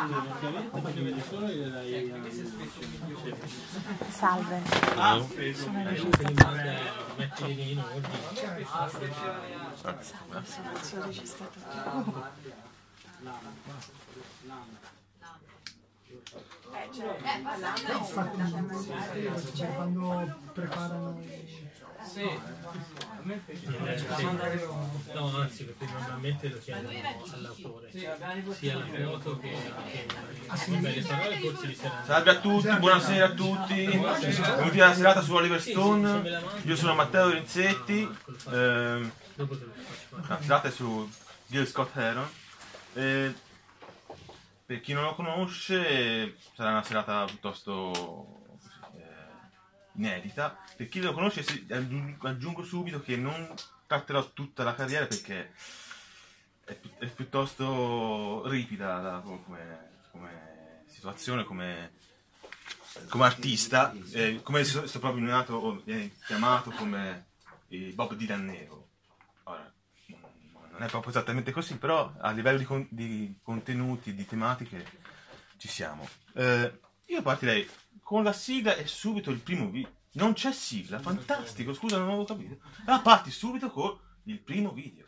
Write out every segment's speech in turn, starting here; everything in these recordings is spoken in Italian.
Salve. Sono registrato. Sono registrato. Cioè, quando preparano no, anzi, perché normalmente lo chiedono all'autore, sia la foto che le parole forse li saranno. Salve a tutti, buonasera a tutti, benvenuti alla serata su Oliver Stone. Io sono Matteo Renzetti, la serata è su Gil Scott Heron. Per chi non lo conosce sarà una serata piuttosto inedita. Per chi lo conosce aggiungo subito che non tratterò tutta la carriera perché è piuttosto ripida come situazione, come artista, come sto proprio nato o chiamato come Bob Dylan nero. Ora, non è proprio esattamente così, però a livello di contenuti, di tematiche ci siamo. Io partirei con la sigla e subito il primo video. Non c'è sigla, fantastico, scusa, non avevo capito. Allora parti subito con il primo video.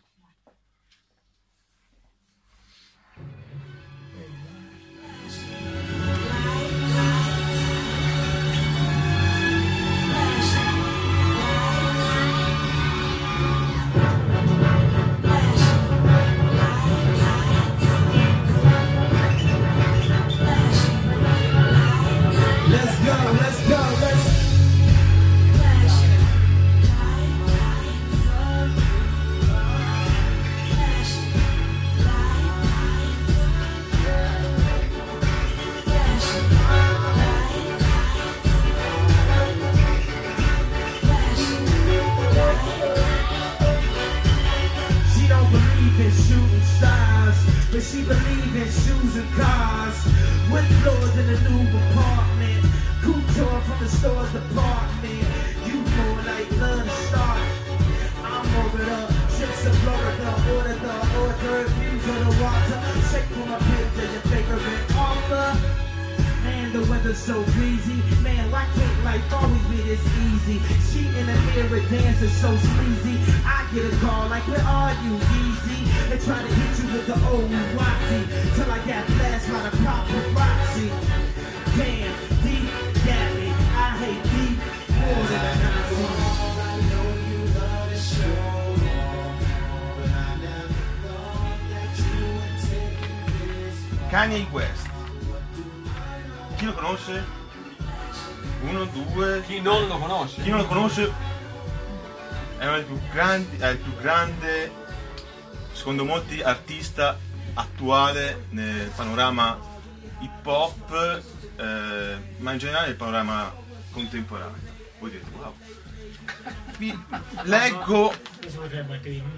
But she believe in shoes and cars, with floors in a new apartment, couture from the store's department. You more like love to start. I'm over the trips to Florida, order the order, views of the water. Shake for my page of your favorite author. Man, the weather's so breezy. Man, why can't life always be this easy? She in the mirror dancing so sleazy. I get a call like, where are you, Yeezy? They try to hit you with the old Watty till I got blasted by the paparazzi. Damn, deep got me. I hate deep more than a Nazi. I know you love to show off, but I never thought that you would take this far. Kanye West. Chi lo conosce? Uno, due. Chi non lo conosce? Chi non lo conosce è uno dei più grandi, è il più grande, secondo molti, artista attuale nel panorama hip hop, ma in generale nel panorama contemporaneo. Voi dite, wow. Vi leggo. Questo potrebbe anche dire.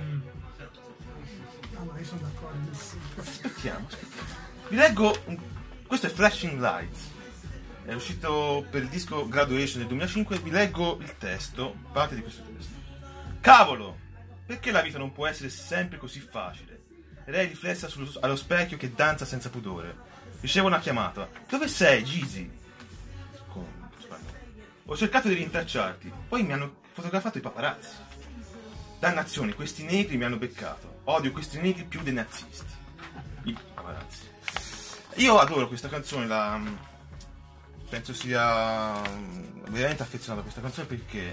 ma io sono d'accordo. Aspettiamo. Vi leggo. Questo è Flashing Lights. È uscito per il disco Graduation del 2005. Vi leggo il testo, parte di questo testo. Cavolo! Perché la vita non può essere sempre così facile? Lei riflessa allo specchio che danza senza pudore. Riceve una chiamata. Dove sei, Jeezy? Ho cercato di rintracciarti. Poi mi hanno fotografato i paparazzi. Dannazione, questi negri mi hanno beccato. Odio questi negri più dei nazisti. I paparazzi. Io adoro questa canzone, penso sia veramente affezionato a questa canzone perché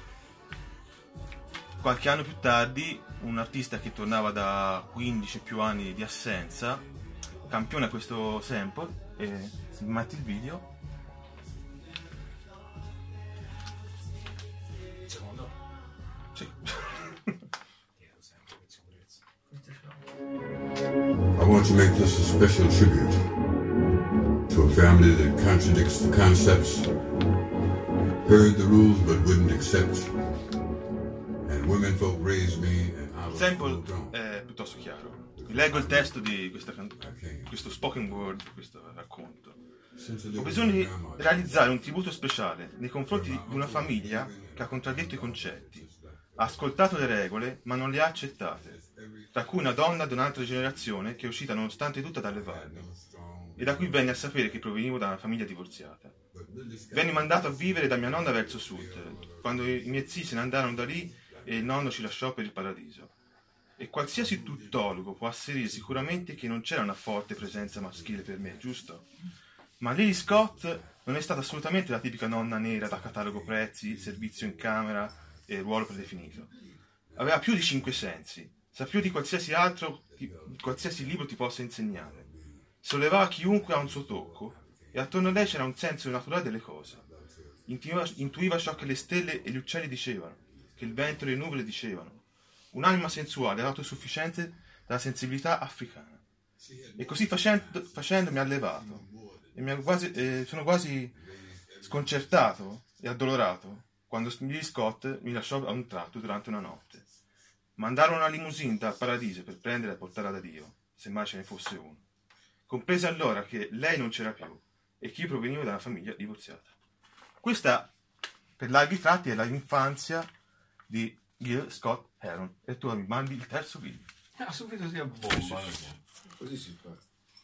qualche anno più tardi un artista che tornava da 15 più anni di assenza campiona questo sample e si mette il video. Secondo? Sì. I want to make this a special tribute to a family that contradicts the concepts, heard the rules but wouldn't accept, and women folk raised me and I Il was sample full grown. è piuttosto chiaro. Vi leggo il testo di questo spoken word, questo racconto. Ho bisogno di realizzare un tributo speciale nei confronti di una famiglia che ha contraddetto i concetti, ha ascoltato le regole ma non le ha accettate, tra cui una donna di un'altra generazione che è uscita nonostante tutto dalle valli. e da cui venni a sapere che provenivo da una famiglia divorziata. Venni mandato a vivere da mia nonna verso sud, quando i miei zii se ne andarono da lì e il nonno ci lasciò per il paradiso. E qualsiasi tuttologo può asserire sicuramente che non c'era una forte presenza maschile per me, giusto? Ma Lily Scott non è stata assolutamente la tipica nonna nera da catalogo prezzi, servizio in camera e ruolo predefinito. Aveva più di 5 sensi, sa più di qualsiasi altro, qualsiasi libro ti possa insegnare. Sollevava chiunque a un suo tocco e attorno a lei c'era un senso naturale delle cose. Intuiva ciò che le stelle e gli uccelli dicevano, che il vento e le nuvole dicevano. Un'anima sensuale e autosufficiente dalla sensibilità africana. E così facendo mi ha levato e sono quasi sconcertato e addolorato quando Lily Scott mi lasciò a un tratto durante una notte. Mandarono una limousine dal paradiso per prendere e portarla da Dio, se mai ce ne fosse uno. Comprese allora che lei non c'era più e che io provenivo da una famiglia divorziata. Questa, per larghi tratti, è l'infanzia di Gil Scott Heron. E tu mi mandi il terzo video. Subito si abbomba. Così si fa.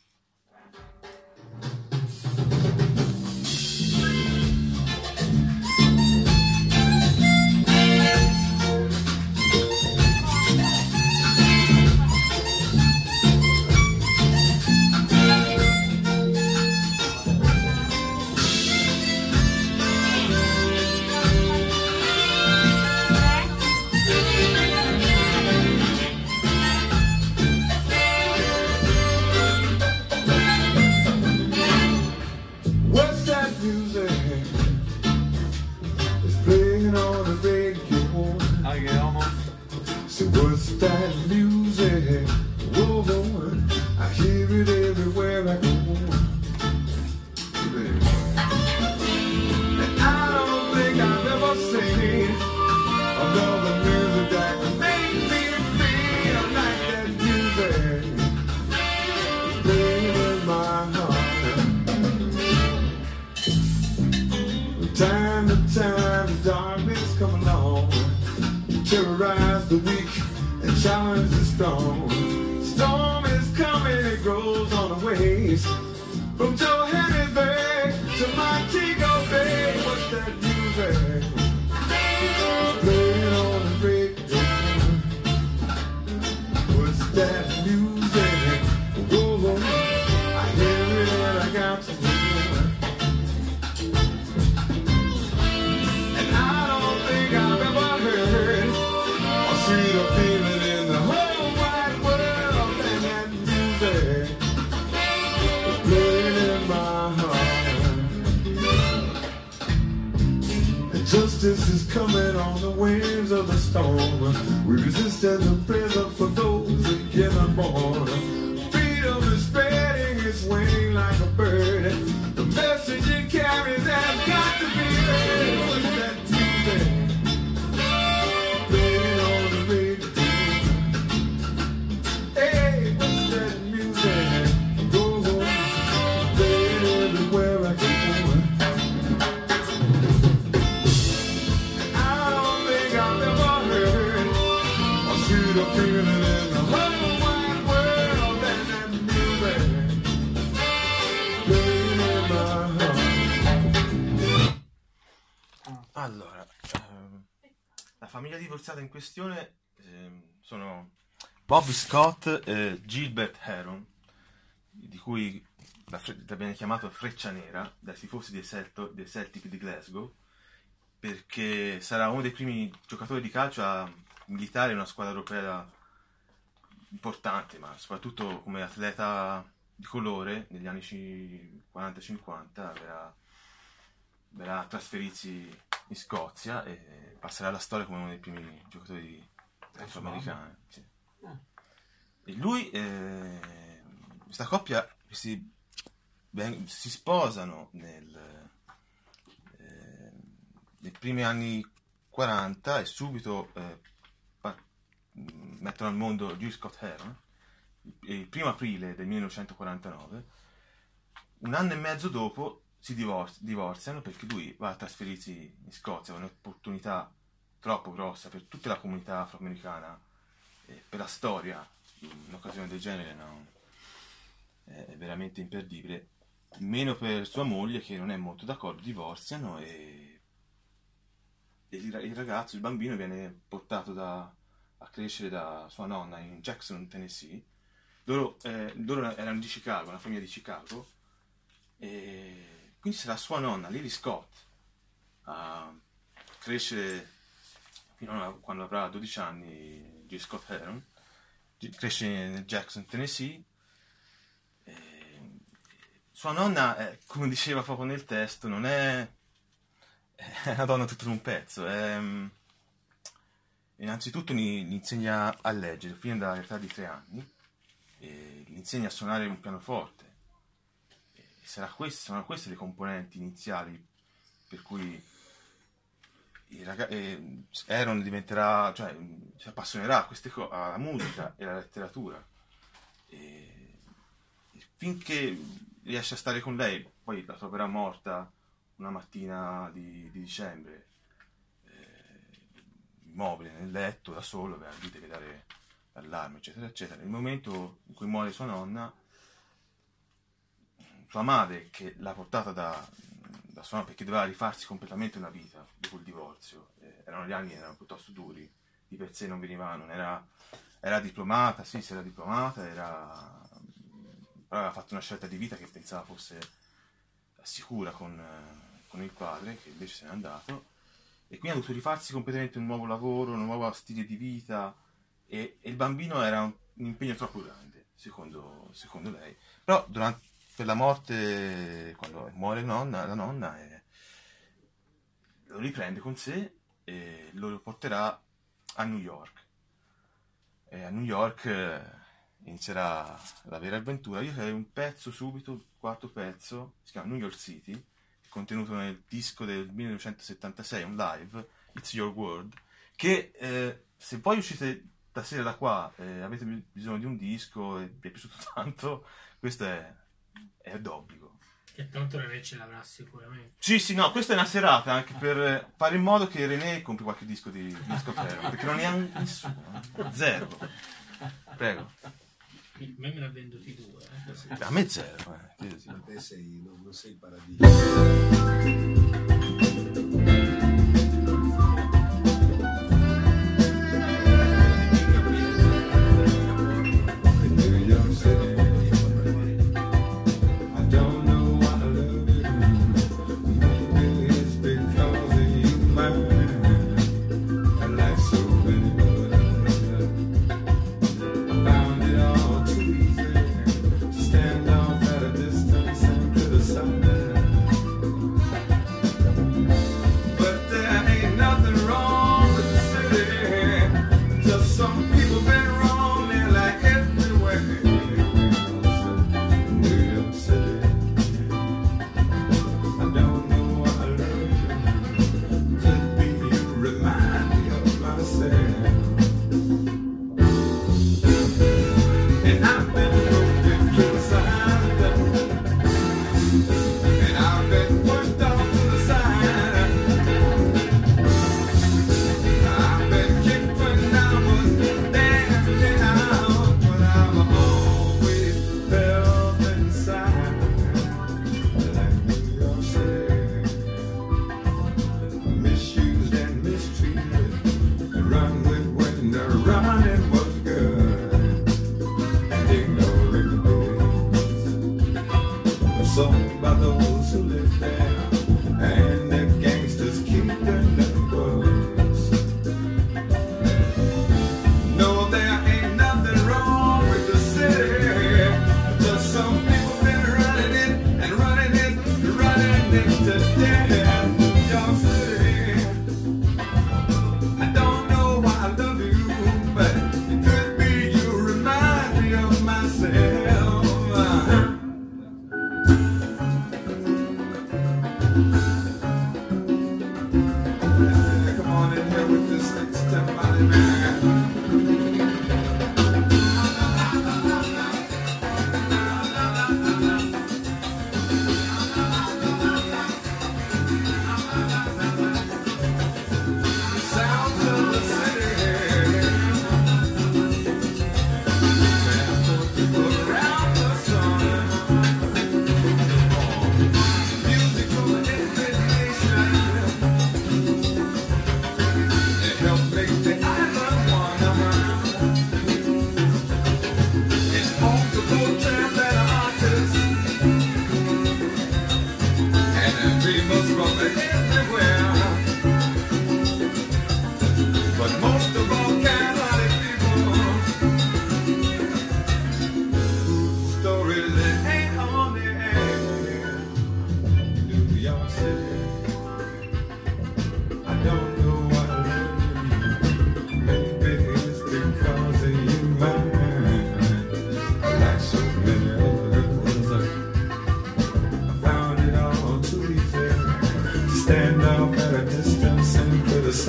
Terrorize the weak and challenge the strong. Storm is coming, it grows on the waves. From Johannesburg to Montego Bay. What's that music? Playing on the radio. What's that music? Oh, I hear it and I got to know. And I don't think I've ever heard sweeter feeling in the whole wide world than that music playing in my heart. And justice is coming on the waves of the storm. We resist as a prison for those that get unborn. Freedom is spreading its wing like a bird. The message it carries has got to be heard. What's that music? Allora, la famiglia divorziata in questione sono Bobby Scott e Gilbert Heron, di cui viene chiamato Freccia Nera dai tifosi dei Celtic di Glasgow, perché sarà uno dei primi giocatori di calcio a militare in una squadra europea importante, ma soprattutto come atleta di colore negli anni 40-50 verrà a trasferirsi in Scozia e passerà alla storia come uno dei primi giocatori afroamericani. Sì. E lui, questa coppia si sposano nei primi anni 40 e subito mettono al mondo Gil Scott Heron il 1° aprile del 1949. Un anno e mezzo dopo si divorziano perché lui va a trasferirsi in Scozia, un'opportunità troppo grossa per tutta la comunità afroamericana e per la storia. Un'occasione del genere è veramente imperdibile, meno per sua moglie che non è molto d'accordo, divorziano e il ragazzo, il bambino viene portato a crescere da sua nonna in Jackson, Tennessee. Loro erano di Chicago, una famiglia di Chicago, e quindi sarà sua nonna, Lily Scott, a crescere fino a quando avrà 12 anni, G. Scott Heron, cresce in Jackson, Tennessee. Sua nonna, come diceva proprio nel testo, non è una donna tutto in un pezzo. Innanzitutto gli insegna a leggere fino dall'età di 3 anni, e gli insegna a suonare un pianoforte. Sono queste le componenti iniziali per cui Aaron diventerà, cioè si appassionerà alla musica e alla letteratura, e finché riesce a stare con lei. Poi la troverà morta una mattina di dicembre, immobile nel letto da solo, aveva udito dare l'allarme, eccetera eccetera. Nel momento in cui muore sua nonna, sua madre, che l'ha portata da sua nonna perché doveva rifarsi completamente una vita dopo il divorzio, gli anni erano piuttosto duri, di per sé non era diplomata, sì, si era diplomata, aveva fatto una scelta di vita che pensava fosse sicura con il padre, che invece se n'è andato, e quindi ha dovuto rifarsi completamente un nuovo lavoro, un nuovo stile di vita, e il bambino era un impegno troppo grande, secondo lei. Però per la morte, quando muore la nonna, lo riprende con sé e lo porterà a New York. E a New York inizierà la vera avventura. Io creerei un pezzo subito, il quarto pezzo, si chiama New York City, contenuto nel disco del 1976, un live, It's Your World, che se poi uscite stasera da qua avete bisogno di un disco e vi è piaciuto tanto, questo è d'obbligo. Che tanto René ce l'avrà sicuramente. Sì, no, questa è una serata anche per fare in modo che René compri qualche disco di Scott, perché non ne ha nessuno, zero. Prego. A me ne ha venduti 2. A me zero. Ma te non sei paradiso. Around the sun.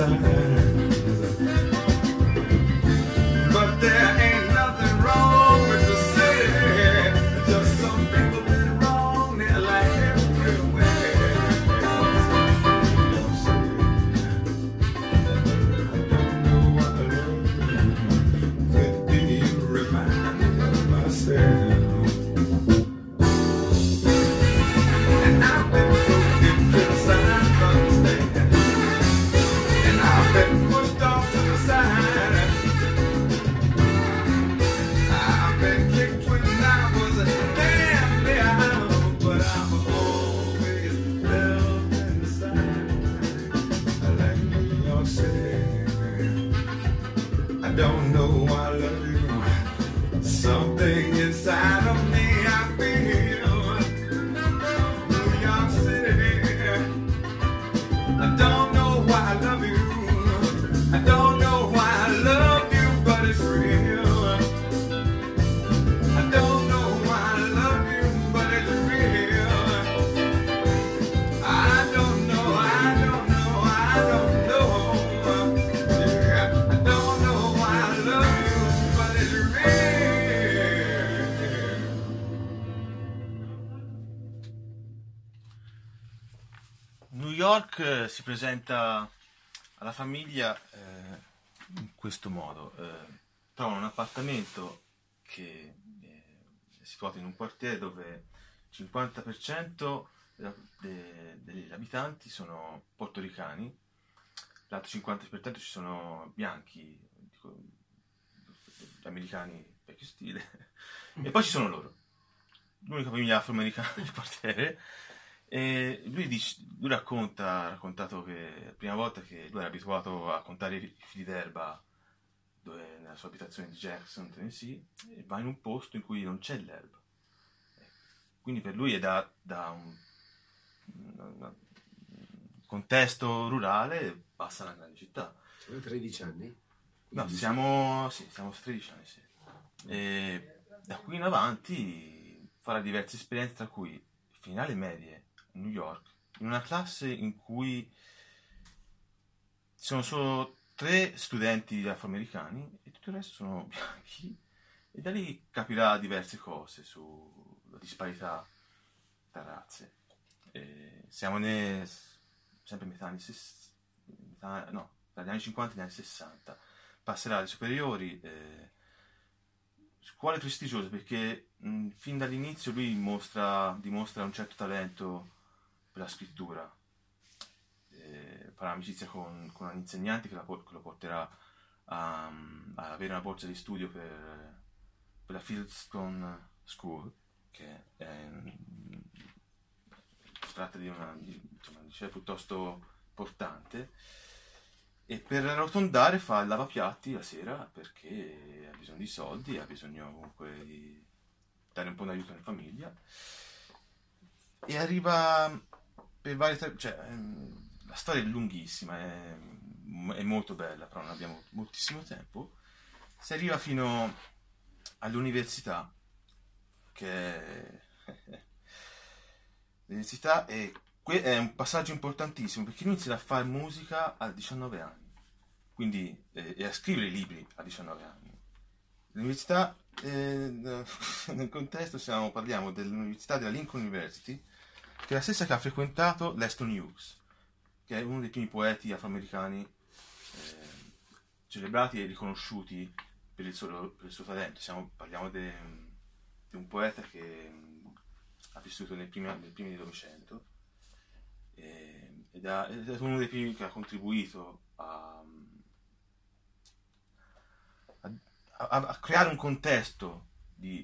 signs. But there ain't nothing wrong with the city. Just some people been wrong there like everywhere. I don't know what the love could be. Remind me of myself. And I've been broken, criticized, understand. And I've been pushed off to the side. I've been kicked when I was damn down, but I've always loved inside. I like New York City. I don't know why I love you. Something inside of me I feel. New York City. I don't know why I love you. I don't know why I love you, but it's real. I don't know why I love you, but it's real. I don't know, I don't know, I don't know. Yeah, I don't know why I love you, but it's real. New York si presenta alla famiglia in questo modo. Trovano un appartamento che è situato in un quartiere dove il 50% degli abitanti sono portoricani, l'altro 50% ci sono bianchi, dico, americani vecchio stile, e poi ci sono loro, l'unica famiglia afroamericana del quartiere. E lui ha raccontato che la prima volta che lui era abituato a contare i fili d'erba nella sua abitazione di Jackson, Tennessee, e va in un posto in cui non c'è l'erba. Quindi per lui è da un contesto rurale passa alla grande città. Sono 13 anni? No, siamo 13 anni, sì. E da qui in avanti farà diverse esperienze, tra cui finire le medie a New York, in una classe in cui ci sono solo 3 studenti afroamericani e tutto il resto sono bianchi, e da lì capirà diverse cose sulla disparità tra razze. Siamo sempre metà anni 60, no, dagli anni 50 agli anni 60. Passerà alle superiori, scuole prestigiose, perché fin dall'inizio lui dimostra un certo talento per la scrittura. Farà amicizia con un insegnante che lo porterà a avere una borsa di studio per la Fieldstone School, che si tratta di un liceo piuttosto importante, e per arrotondare fa il lavapiatti la sera perché ha bisogno di soldi, ha bisogno comunque di dare un po' di aiuto alla famiglia, e arriva per varie la storia è lunghissima, è molto bella, però non abbiamo moltissimo tempo. Si arriva fino all'università, che l'università è un passaggio importantissimo, perché lui inizia a fare musica a 19 anni, quindi e a scrivere libri a 19 anni. L'università, nel contesto parliamo dell'università della Lincoln University, che è la stessa che ha frequentato Leston Hughes, che è uno dei primi poeti afroamericani celebrati e riconosciuti per il suo talento. Parliamo di un poeta che ha vissuto nei primi del Novecento, ed è uno dei primi che ha contribuito a creare un contesto di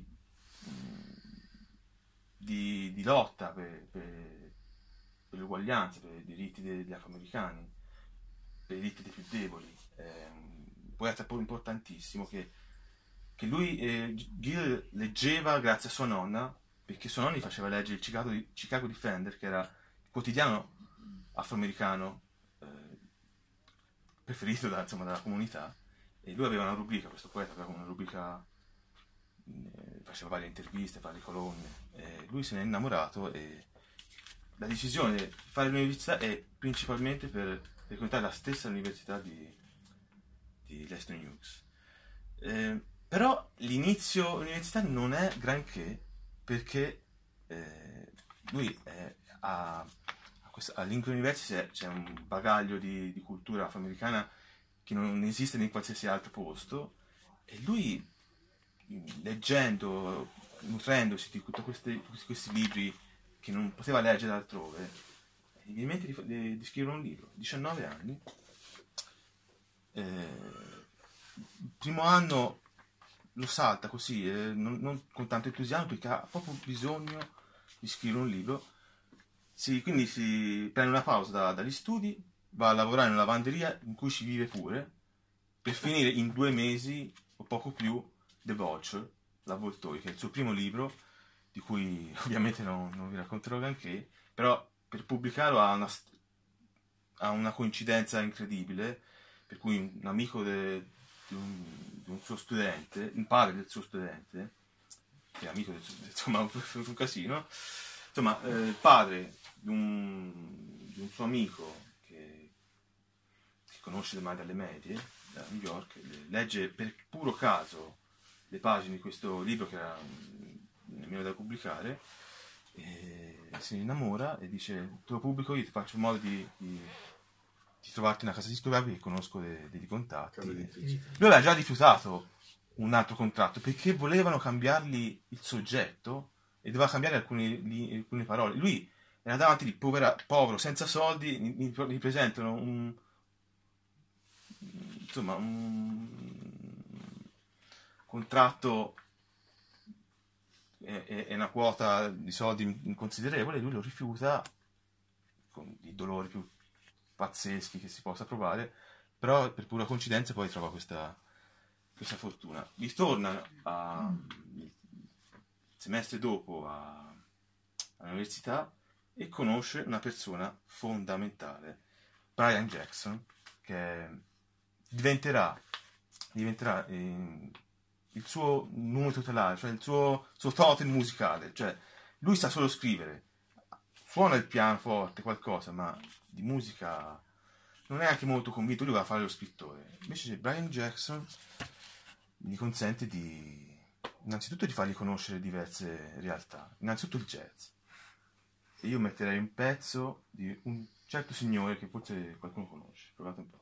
lotta per l'uguaglianza, per i diritti degli afroamericani, per i diritti dei più deboli. Un poeta importantissimo che lui, Gil, leggeva grazie a sua nonna, perché sua nonna gli faceva leggere il Chicago Defender, che era il quotidiano afroamericano preferito dalla comunità, e lui aveva una rubrica, questo poeta aveva una rubrica, faceva varie interviste, varie colonne, e lui se ne è innamorato, e la decisione di fare l'università è principalmente per frequentare la stessa università di Leston Hughes. Però l'inizio all'università non è granché, perché lui a Lincoln University c'è un bagaglio di cultura afroamericana che non esiste in qualsiasi altro posto, e lui, leggendo, nutrendosi di tutti questi libri che non poteva leggere altrove, gli viene in mente di scrivere un libro. 19 anni, il primo anno lo salta così, non con tanto entusiasmo, perché ha proprio bisogno di scrivere un libro. Quindi si prende una pausa dagli studi, va a lavorare in una lavanderia in cui ci vive pure, per finire in 2 mesi o poco più The Vulture, l'avvoltoio, che è il suo primo libro, di cui ovviamente non vi racconterò granché, però per pubblicarlo ha una coincidenza incredibile, per cui un amico di un suo studente, un padre del suo studente, che è amico insomma, un casino, insomma, il padre di un suo amico che conosce ormai dalle medie, da New York, legge per puro caso le pagine di questo libro che era nemmeno da pubblicare, e si innamora e dice: te lo pubblico io, ti faccio in modo di trovarti una casa discografica, che conosco dei contatti. Lui aveva già rifiutato un altro contratto perché volevano cambiargli il soggetto e doveva cambiare alcune parole. Lui era davanti di povero, senza soldi, gli presentano un contratto e una quota di soldi inconsiderevole, lui lo rifiuta con i dolori più pazzeschi che si possa provare, però per pura coincidenza poi trova questa fortuna. Ritorna il semestre dopo all'università e conosce una persona fondamentale, Brian Jackson, che diventerà il suo numero tutelare, cioè il suo totem musicale. Cioè lui sa solo scrivere, suona il pianoforte, qualcosa, ma di musica non è anche molto convinto. Lui va a fare lo scrittore. Invece Brian Jackson gli consente innanzitutto di fargli conoscere diverse realtà, innanzitutto il jazz. E io metterei un pezzo di un certo signore che forse qualcuno conosce. Provate un po'.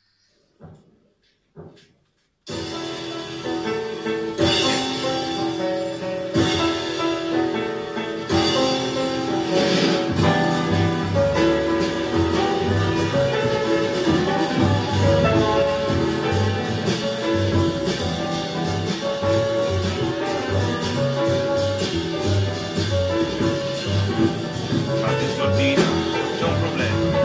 Fate il sordino, c'è un problema.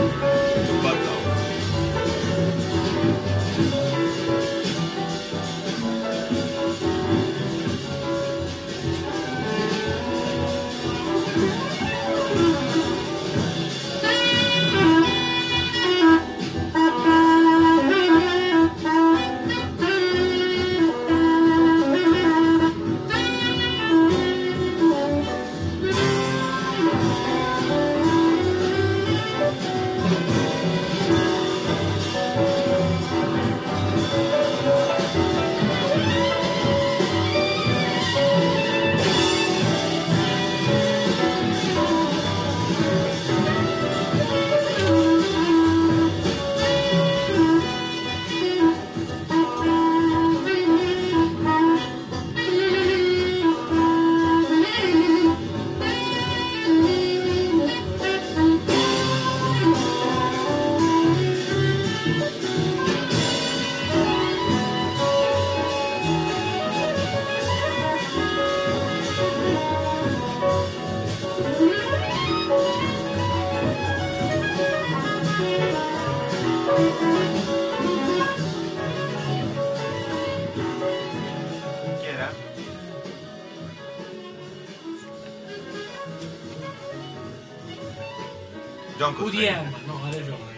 John Woody Coltrane. Allen, no, ha ragione.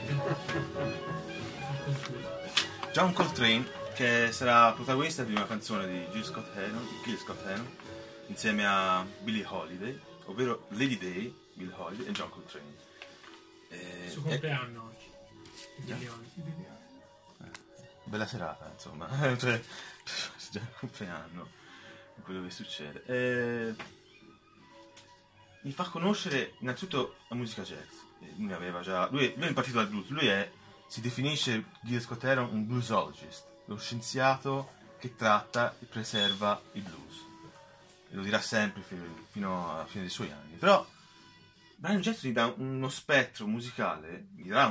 John Coltrane, che sarà protagonista di una canzone di Gil Scott Heron, insieme a Billie Holiday, ovvero Lady Day, Billie Holiday e John Coltrane. Il suo compleanno oggi. Bella serata, insomma. Cioè, già il compleanno, quello che succede. Mi fa conoscere innanzitutto la musica jazz. Lui è partito dal blues. Si definisce Gil Scott-Heron un bluesologist, lo scienziato che tratta e preserva il blues. E lo dirà sempre fino alla fine dei suoi anni. Però Brian Johnson gli darà uno spettro musicale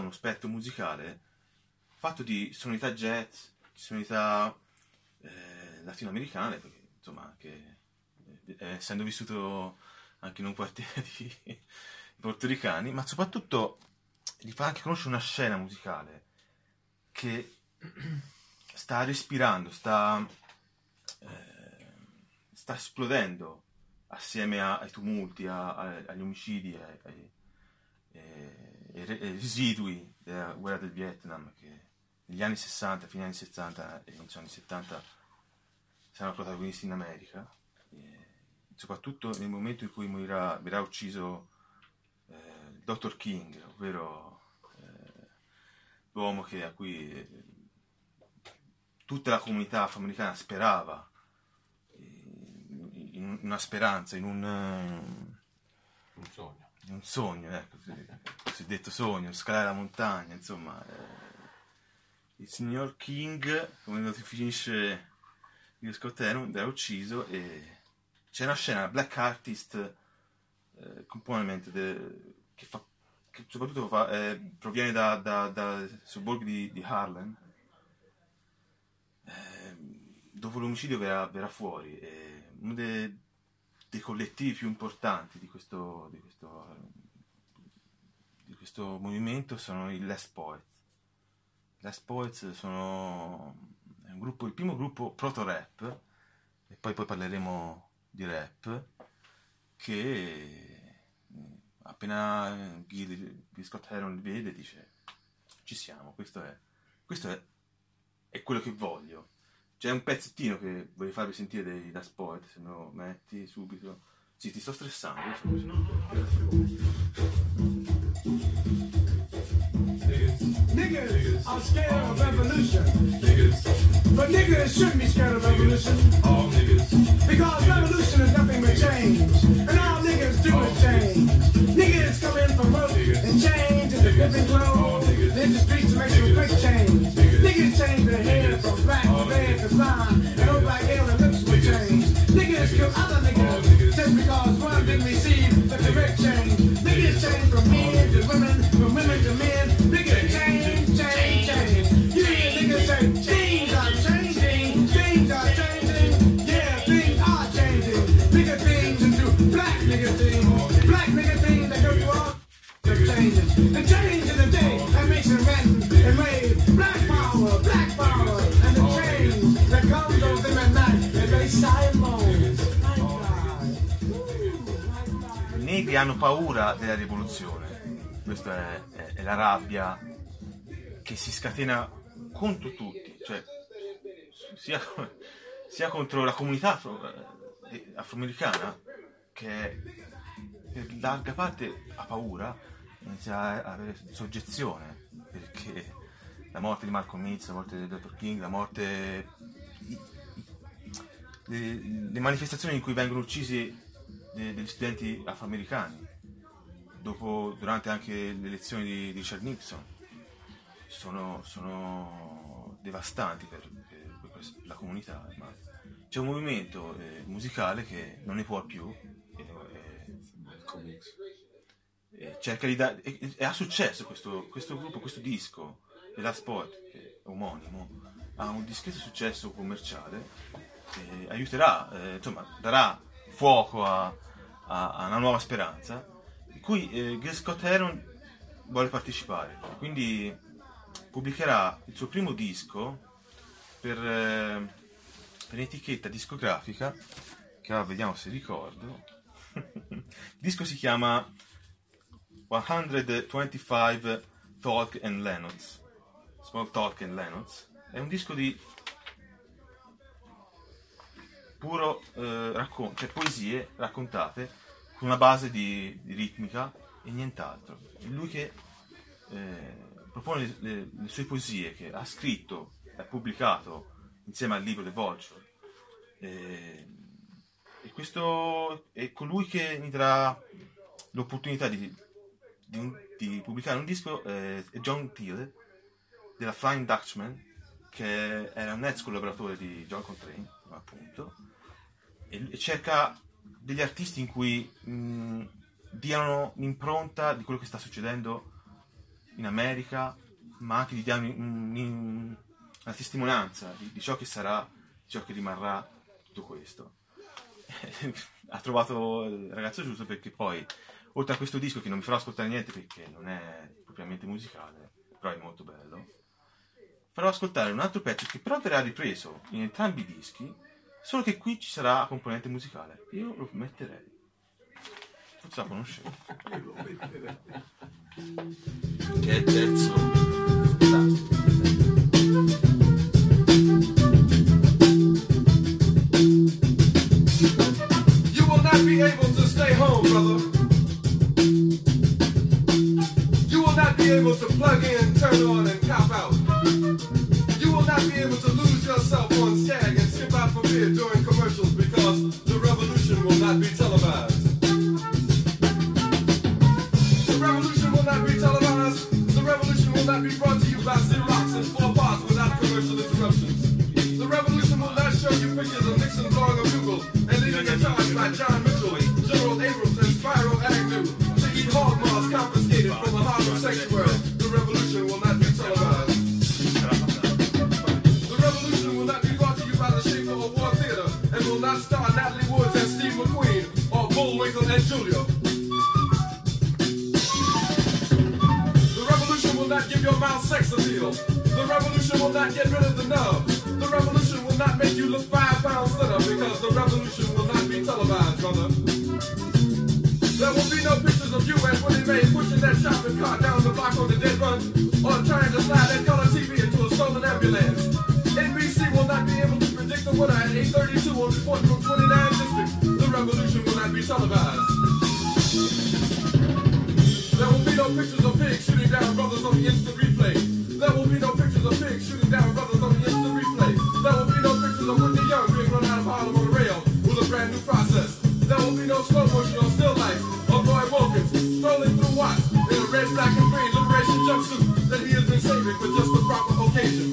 fatto di sonorità jazz, di sonorità latinoamericane, perché insomma anche essendo vissuto anche in un quartiere di portoricani, ma soprattutto gli fa anche conoscere una scena musicale che sta respirando, sta esplodendo assieme ai tumulti, agli omicidi, ai residui della guerra del Vietnam, che negli anni 60, fine anni 60 e inizio anni 70 saranno protagonisti in America, soprattutto nel momento in cui verrà ucciso il Dr. King, ovvero l'uomo a cui tutta la comunità afroamericana sperava, in una speranza, in un sogno, ecco, il cosiddetto sogno, scalare la montagna, insomma. Il signor King, come lo definisce Gil Scott-Heron, verrà ucciso e c'è una scena, Black Artist, che soprattutto proviene da sobborghi di Harlem, dove l'omicidio verrà fuori. Uno dei collettivi più importanti di questo movimento sono i Les Poets. Les Poets è un gruppo, il primo gruppo proto-rap, e poi parleremo di rap, che appena Gil Scott-Heron vede dice: ci siamo, questo è quello che voglio. C'è un pezzettino che voglio farvi sentire dei Das Poet, se me lo metti subito. Sì, ti sto stressando. Niggas are scared of revolution. But niggas shouldn't be scared of revolution. All niggas. Because revolution is nothing but change. And all niggas do is change. Niggas come in for rope and change and the different clothes. In the streets to make some quick change. Niggas change their hair from black to red to blonde. And no black hair and lips will change. Niggas kill other niggas just because one didn't receive the correct change. Niggas change from men to women, from women to men. Niggas change, change, change. You hear niggas say, things are changing, things are changing. Yeah, things are changing. Nigga things into black nigga things. Black nigga things that go through all the changes. And change in the day that makes it rent and rave. Black power, and the change that comes over them at night and they sigh and moan. I negri hanno paura della rivoluzione, questa è la rabbia che si scatena contro tutti, cioè sia contro la comunità afroamericana, che per larga parte ha paura, inizia a avere soggezione, perché la morte di Malcolm X, la morte di Dr. King, la morte, le manifestazioni in cui vengono uccisi degli studenti afroamericani, durante anche le elezioni di Richard Nixon, sono devastanti per la comunità. Ma c'è un movimento musicale che non ne può più, cerca di dare, e ha successo questo gruppo, questo disco della Sport, che è omonimo, ha un discreto successo commerciale, aiuterà, insomma, darà fuoco a una nuova speranza, di cui Gil Scott-Heron vuole partecipare. Quindi pubblicherà il suo primo disco per un'etichetta discografica che vediamo se ricordo. Il disco si chiama 125 Talk and Lennox, Small Talk and Lennox. È un disco di puro cioè poesie raccontate con una base di ritmica e nient'altro. È lui che propone le sue poesie che ha scritto e pubblicato insieme al libro The Vulture. E questo è colui che mi darà l'opportunità di pubblicare un disco, è John Thiele della Flying Dutchman, che era un ex collaboratore di John Coltrane, appunto, e cerca degli artisti in cui diano un'impronta di quello che sta succedendo in America, ma anche di dare una testimonianza di ciò che sarà, di ciò che rimarrà tutto questo. Ha trovato il ragazzo giusto, perché poi, oltre a questo disco che non mi farò ascoltare niente perché non è propriamente musicale, però è molto bello, farò ascoltare un altro pezzo che però verrà ripreso in entrambi i dischi, solo che qui ci sarà la componente musicale. Io lo metterei, forse la conoscevo, che è il terzo. Be able to stay home, brother. You will not be able to plug in, turn on, and cop out. You will not be able to lose yourself on Skag and skip out for beer during commercials, because the revolution will not be televised. The revolution will not be televised. The revolution will not be brought to you by Xerox in 4 parts without commercial interruptions. The revolution will not show you pictures of Nixon blowing a bugle and leading a charge by John Mitchell, General Abrams, and Spyro Agnew to eat hog maws confiscated from a Harlem sanctuary. The revolution will not be televised. The revolution will not be brought to you by the Schaefer Award Theater and will not star Natalie Woods and Steve McQueen or Bullwinkle and Julia. The revolution will not give your mouth sex appeal. The revolution will not get rid of the nubs. The revolution will not make you look 5 pounds thinner, because the revolution will not be televised, brother. There will be no pictures of you and Willie Mae pushing that shopping cart down the block on the dead run, or trying to slide that color TV into a stolen ambulance. NBC will not be able to predict the winner at 8:32 on Report from 29 District. The revolution will not be televised. There will be no pictures of pigs shooting down brothers on the instant replay. There will be no pictures of pigs shooting down brothers on the instant replay. There will be no pictures of Whitney Young being run out of Harlem on the rail with a brand new process. There will be no slow motion or still life of Roy Wilkins strolling through Watts in a red, black, and green liberation jumpsuit that he has been saving for just the proper occasion.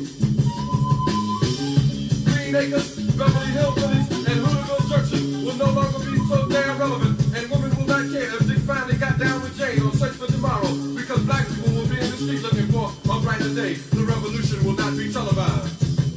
Green Acres, Beverly Hillbillies, and Hooterville Junction will no longer be so damn relevant, and women will not care if Dick finally got down with Jane on Search for Tomorrow, because black people will be in the street looking for a brighter day. The revolution will not be televised.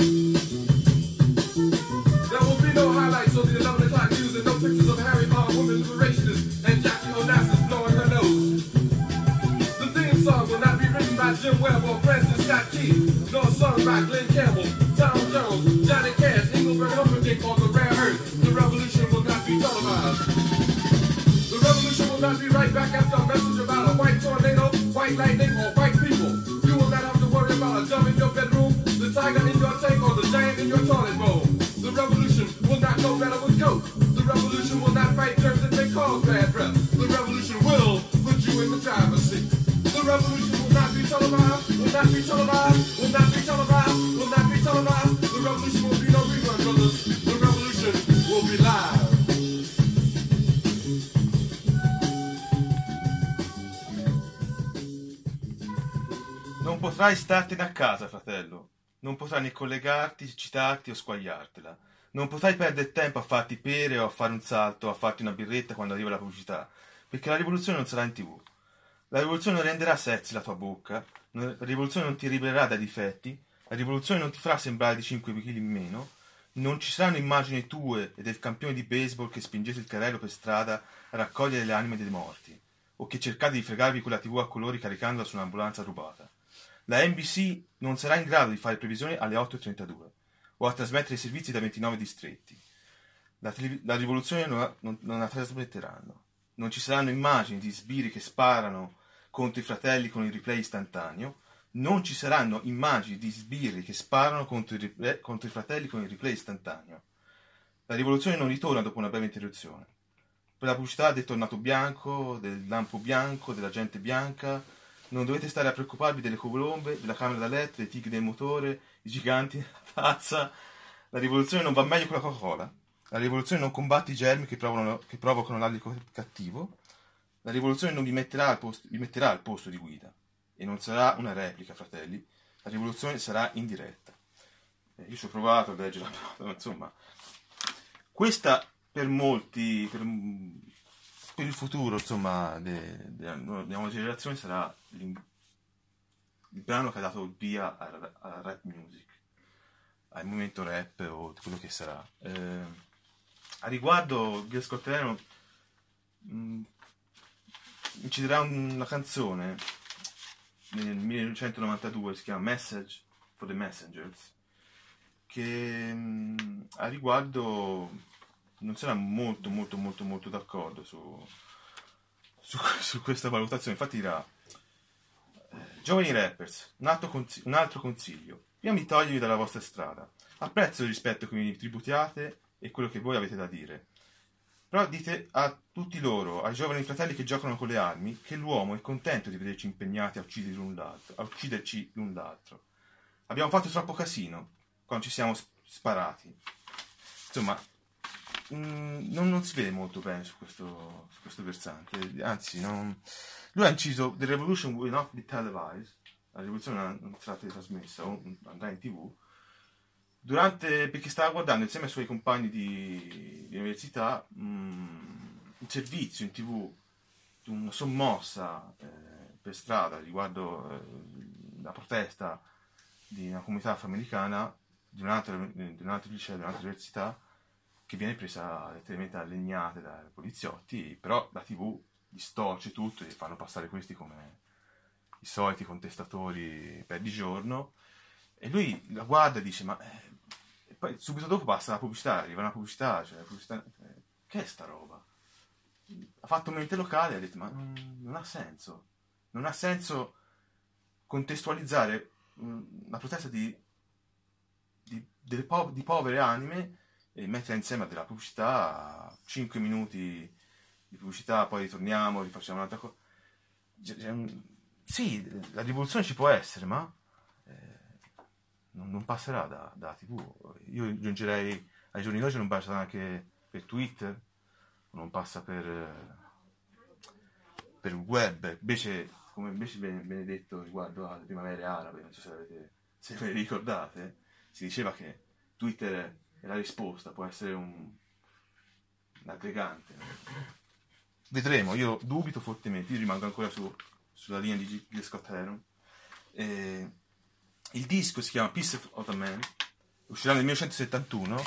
There will be no highlights of the 11 o'clock news and no pictures of Harry Palmer, women liberationists, and Jackie Onassis blowing her nose. The theme song will not be written by Jim Webb or Francis Scott Key, nor sung by Glenn Campbell, Tom Jones, Johnny Cash, Engelbert Humperdinck, or the Rare Earth. The revolution will not be televised. The revolution will not be right back after a message about a white tornado, white lightning, or white people. You will not have to worry about a dove in your bedroom, the tiger in your tank, or the giant in your toilet bowl. The revolution will not go better with coke. The revolution will not fight germs that may cause bad breath. The revolution will put you in the driver's seat. The revolution will not be televised, will not be televised, will not be televised, will not be televised. The revolution will be no rerun, brothers. The revolution will be live. Non potrai startene a casa, fratello. Non potrai né collegarti, citarti o squagliartela. Non potrai perdere tempo a farti pere o a fare un salto o a farti una birretta quando arriva la pubblicità, perché la rivoluzione non sarà in TV. La rivoluzione non renderà sexy la tua bocca, la rivoluzione non ti libererà dai difetti, la rivoluzione non ti farà sembrare di 5 kg in meno, non ci saranno immagini tue e del campione di baseball che spingete il carrello per strada a raccogliere le anime dei morti, o che cercate di fregarvi quella TV a colori caricandola su un'ambulanza rubata. La NBC non sarà in grado di fare previsioni alle 8:32 o a trasmettere i servizi da 29 distretti. La rivoluzione non la trasmetteranno. Non ci saranno immagini di sbirri che sparano contro i fratelli con il replay istantaneo. Non ci saranno immagini di sbirri che sparano contro i fratelli con il replay istantaneo. La rivoluzione non ritorna dopo una breve interruzione. Per la pubblicità del tornato bianco, del lampo bianco, della gente bianca, non dovete stare a preoccuparvi delle colombe, della camera da letto, dei tigri del motore, i giganti nella tazza. La rivoluzione non va meglio con la Coca-Cola. La rivoluzione non combatte i germi che provocano l'alito cattivo. La rivoluzione non vi metterà al posto di guida. E non sarà una replica, fratelli. La rivoluzione sarà in diretta. Io ci ho provato a leggerla, ma insomma, questa per molti, per il futuro, insomma, della nuova generazione sarà il brano che ha dato il via alla rap music, al momento rap o quello che sarà. A riguardo, Gil Scott-Heron inciderà una canzone nel 1992, si chiama Message for the Messengers, che a riguardo non sarà molto d'accordo su questa valutazione. Infatti dirà: giovani rappers, un altro consiglio: prima di togliervi dalla vostra strada. Apprezzo il rispetto che mi tributiate e quello che voi avete da dire, però dite a tutti loro, ai giovani fratelli che giocano con le armi, che l'uomo è contento di vederci impegnati a ucciderci l'un l'altro. Abbiamo fatto troppo casino quando ci siamo sparati. Insomma, non si vede molto bene su questo versante. Anzi, lui ha inciso: The revolution will not be televised. La rivoluzione non sarà trasmessa o andrà in TV. Perché stava guardando insieme ai suoi compagni di università il servizio in TV di una sommossa per strada riguardo la protesta di una comunità afroamericana di un altro liceo, di un'altra università, che viene presa letteralmente a legnate dai poliziotti, però la TV distorce tutto e fanno passare questi come i soliti contestatori per di giorno, e lui la guarda e dice: ma e poi subito dopo passa la pubblicità, arriva una pubblicità, cioè la pubblicità, che è sta roba? Ha fatto un mente locale e ha detto: ma non ha senso, non ha senso contestualizzare una protesta di povere anime e mettere insieme a della pubblicità, 5 minuti di pubblicità, poi ritorniamo, rifacciamo un'altra cosa. Sì, la rivoluzione ci può essere, ma non passerà da TV. Io aggiungerei, ai giorni d'oggi non passa anche per Twitter, non passa per il web. Come viene detto riguardo alle primavere arabe, non so se ve ne ricordate, si diceva che Twitter è la risposta, può essere un aggregante. Vedremo, io dubito fortemente, io rimango ancora sulla linea di Gil Scott-Heron. Il disco si chiama Piece of a Man, uscirà nel 1971.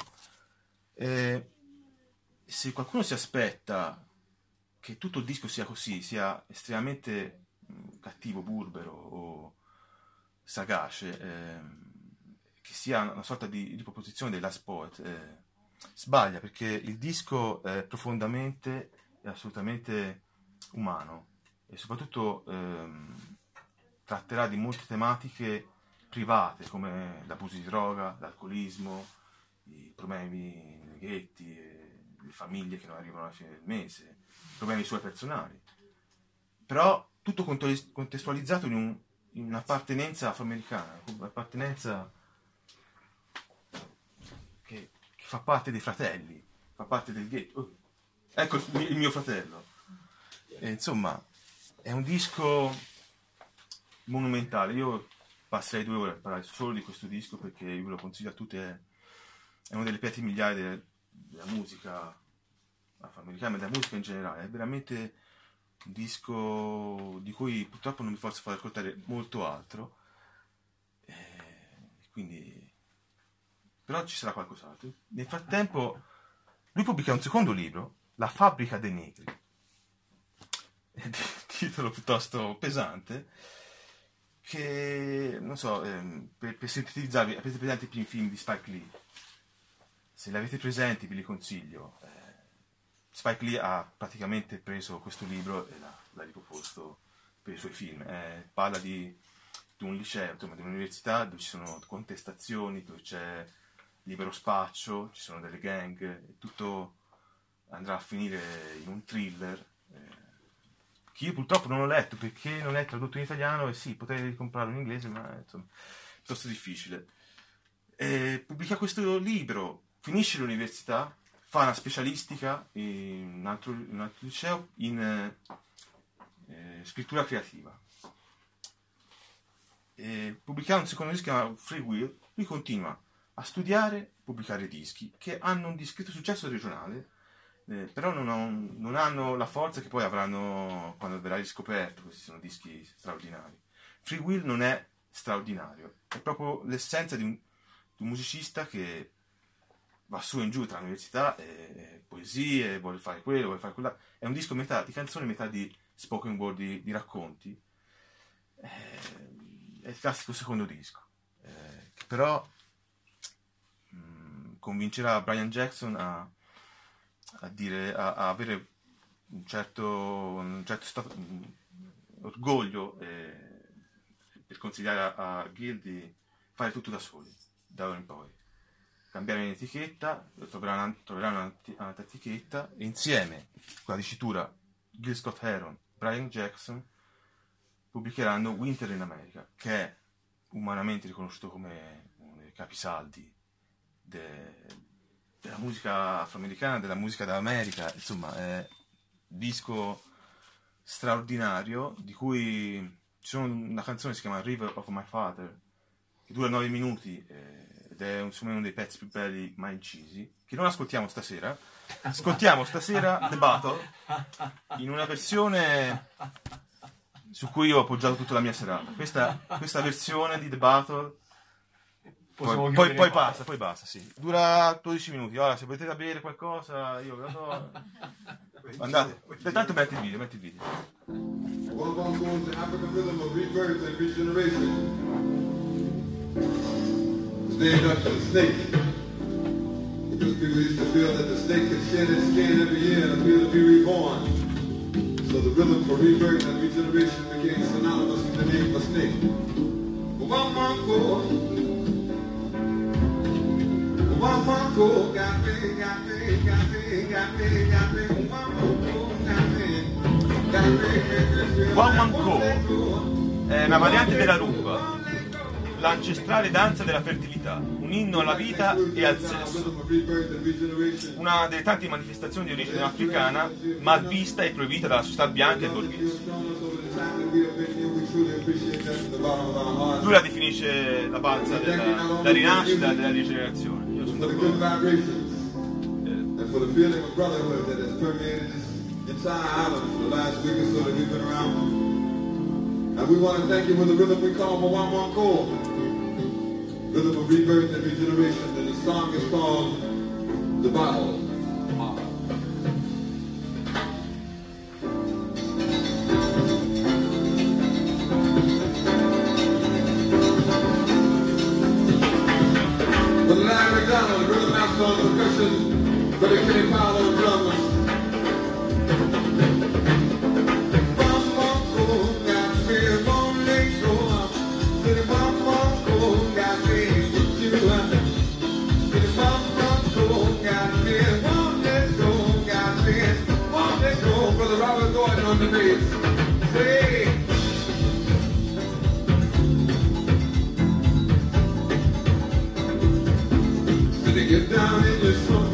Se qualcuno si aspetta che tutto il disco sia così, sia estremamente cattivo, burbero o sagace, che sia una sorta di riproposizione dei Last Poet, sbaglia, perché il disco è profondamente e assolutamente umano e soprattutto tratterà di molte tematiche private come l'abuso di droga, l'alcolismo, i problemi nei ghetti, le famiglie che non arrivano alla fine del mese, i problemi suoi personali, però tutto contestualizzato in un'appartenenza afroamericana, un'appartenenza che fa parte dei fratelli, fa parte del ghetto. Ecco il mio fratello. E, insomma, è un disco monumentale. Io passerei 2 ore a parlare solo di questo disco, perché io ve lo consiglio a tutti. È una delle pietre miliari della musica afroamericana e della musica in generale. È veramente un disco di cui purtroppo non mi posso far ascoltare molto altro, quindi, però ci sarà qualcos'altro. Nel frattempo lui pubblica un secondo libro, La fabbrica dei negri, titolo piuttosto pesante, che non so, per sintetizzarvi, avete presente i primi film di Spike Lee? Se li avete presenti ve li consiglio. Spike Lee ha praticamente preso questo libro e l'ha riproposto per i suoi film. Parla di un liceo, insomma, di un'università dove ci sono contestazioni, dove c'è libero spaccio, ci sono delle gang, e tutto andrà a finire in un thriller che io purtroppo non ho letto perché non è tradotto in italiano, e sì, potrei comprarlo in inglese, ma insomma, è piuttosto difficile. Pubblica questo libro, finisce l'università, fa una specialistica in un altro liceo in scrittura creativa. Pubblicando un secondo disco che si chiama Free Will, lui continua a studiare, pubblicare dischi che hanno un discreto successo regionale, però non hanno la forza che poi avranno quando verrà riscoperto. Questi sono dischi straordinari. Free Will non è straordinario, è proprio l'essenza di un musicista che va su e giù tra l'università e poesie, vuole fare quello, vuole fare quella. È un disco metà di canzoni, metà di spoken word, di racconti. È il classico secondo disco, che però convincerà Brian Jackson a avere un certo orgoglio per consigliare a Gil di fare tutto da soli, da ora in poi. Cambiare l'etichetta, troveranno un'altra etichetta, e insieme con la dicitura Gil Scott-Heron, Brian Jackson, pubblicheranno Winter in America, che è umanamente riconosciuto come uno dei capisaldi della musica afroamericana, della musica d'America. Insomma, è un disco straordinario, di cui c'è una canzone che si chiama River of My Father, che dura 9 minuti, ed è uno dei pezzi più belli mai incisi, che non ascoltiamo stasera. Ascoltiamo stasera The Battle in una versione su cui io ho appoggiato tutta la mia serata. Questa versione di The Battle poi basta, sì. Dura 12 minuti. Ora, se potete bere qualcosa, io ve lo do. Andate. Intanto metti il video. One of them goes the African rhythm of rebirth and regeneration. It's named after the snake. Because people used to feel that the snake could shed its skin every year and appear to be reborn. So the rhythm for rebirth and regeneration became synonymous with the name of a snake. One Manco got me. One Man Co è una variante della rumba, l'ancestrale danza della fertilità, un inno alla vita e al sesso, una delle tante manifestazioni di origine africana mal vista e proibita dalla società bianca e borghese. Lui la definisce la balza della rinascita e della rigenerazione. Io sono d'accordo. For the feeling of brotherhood that has permeated this entire island for the last week or so that we've been around. And we want to thank you for the rhythm we call One Manco, rhythm of rebirth and regeneration, and the song is called The Battle. For the Larry McDonald, the rhythm master on percussion, for the Kenny Powell on drums. One Manco got me, won't let go. Said one Manco got me, with you. Said one Manco got me, won't let go. Brother Robert Gordon on the bass. Say. Did they get down in your soul?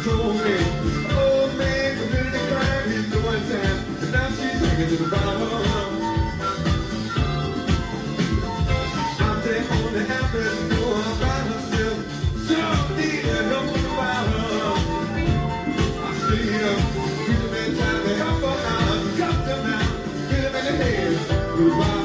told me, old man committed a crime, he's the one time, and now she's hanging to the bottom. I'm taking on the happen, no, I'm by myself, so need a help on the bottom. I see him, he's a man trying to help her out, cut them out, get him in the head, goodbye.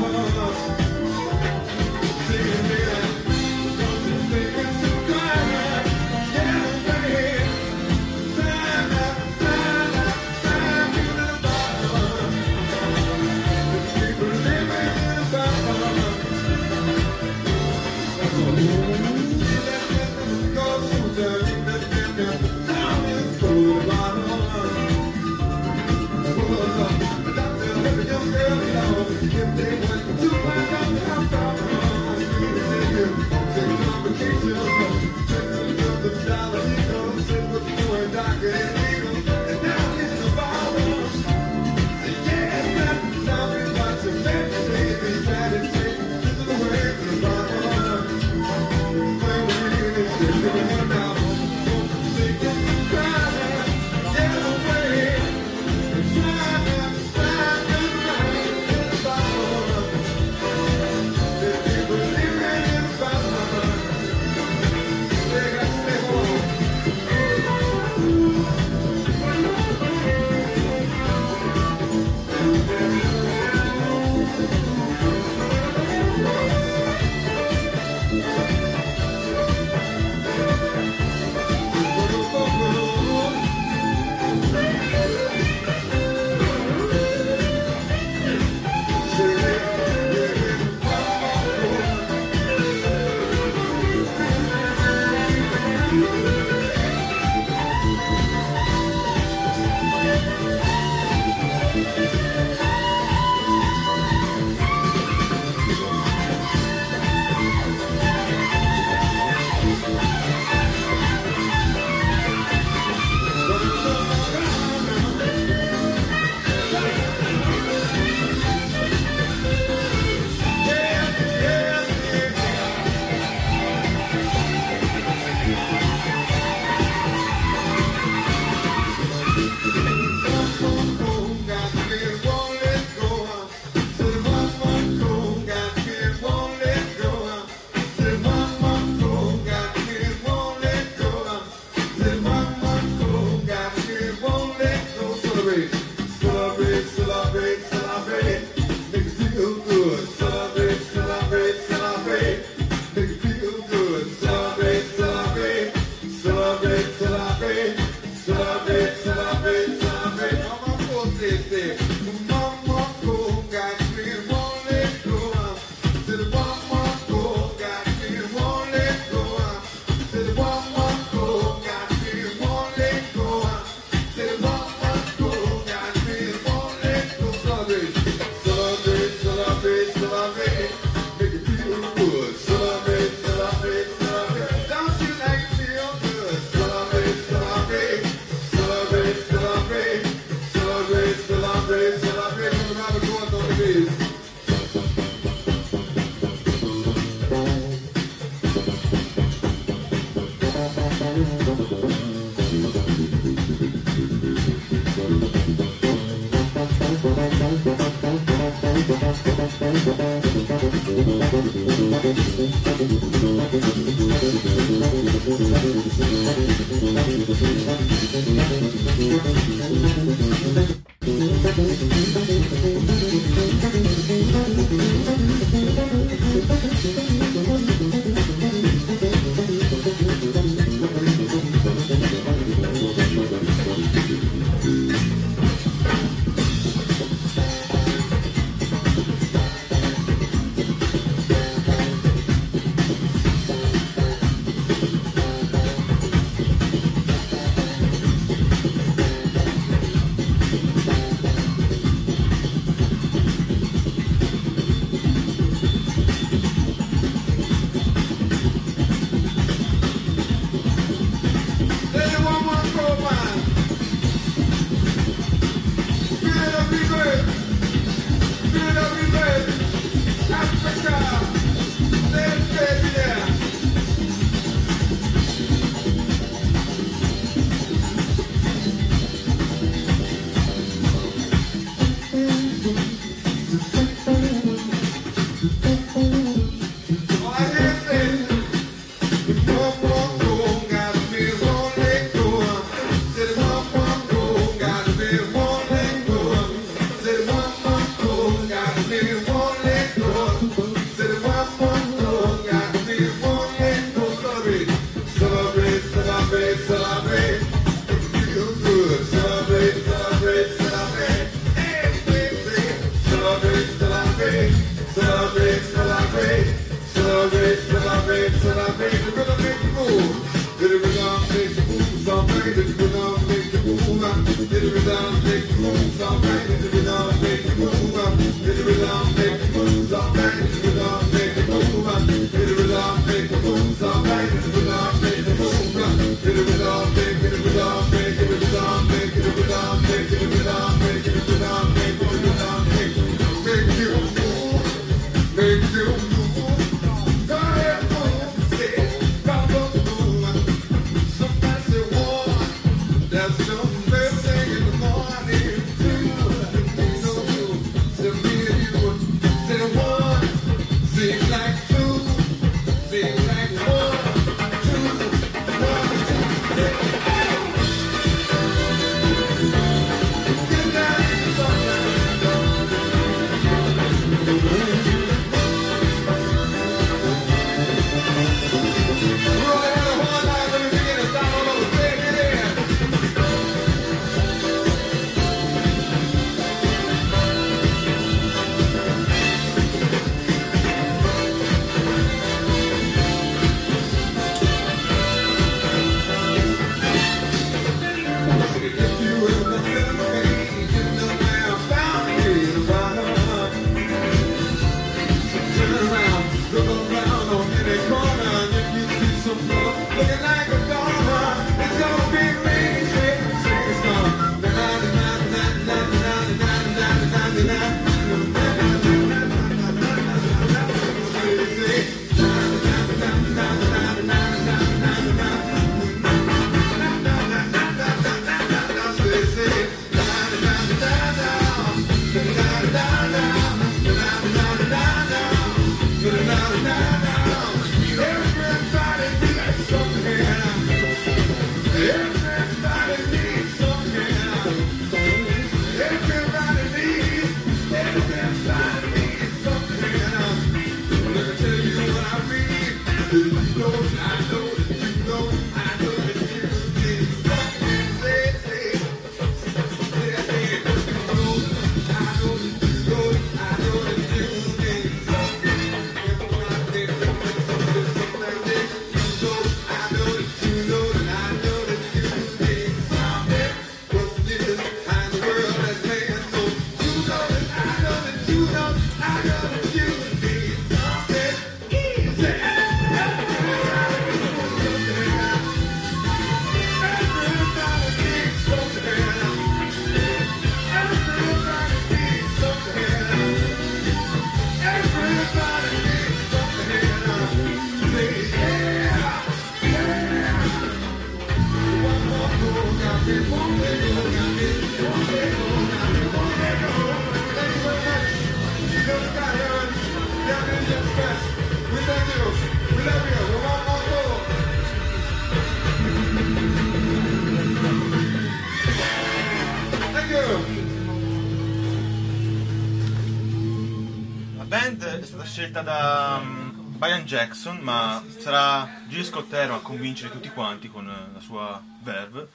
Scelta da Brian Jackson, ma sarà Gil Scott-Heron a convincere tutti quanti con la sua verve,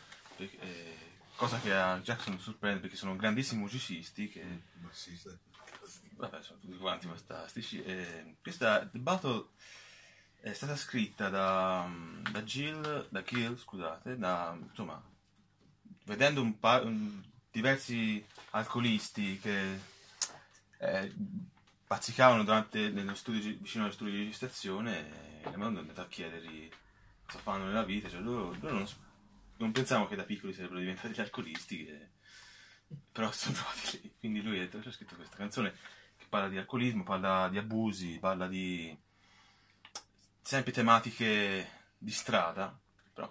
cosa che a Jackson sorprende perché sono grandissimi musicisti che vabbè, sono tutti quanti fantastici. Questa The Battle è stata scritta da Gil, scusate, insomma, vedendo diversi alcolisti che bazzicavano nello studio, vicino allo studio di registrazione, e mi hanno andato a chiedergli cosa fanno nella vita. Cioè, loro non pensavano che da piccoli sarebbero diventati degli alcolisti, però sono trovati lì. Quindi lui ha scritto questa canzone che parla di alcolismo, parla di abusi, parla di sempre tematiche di strada, però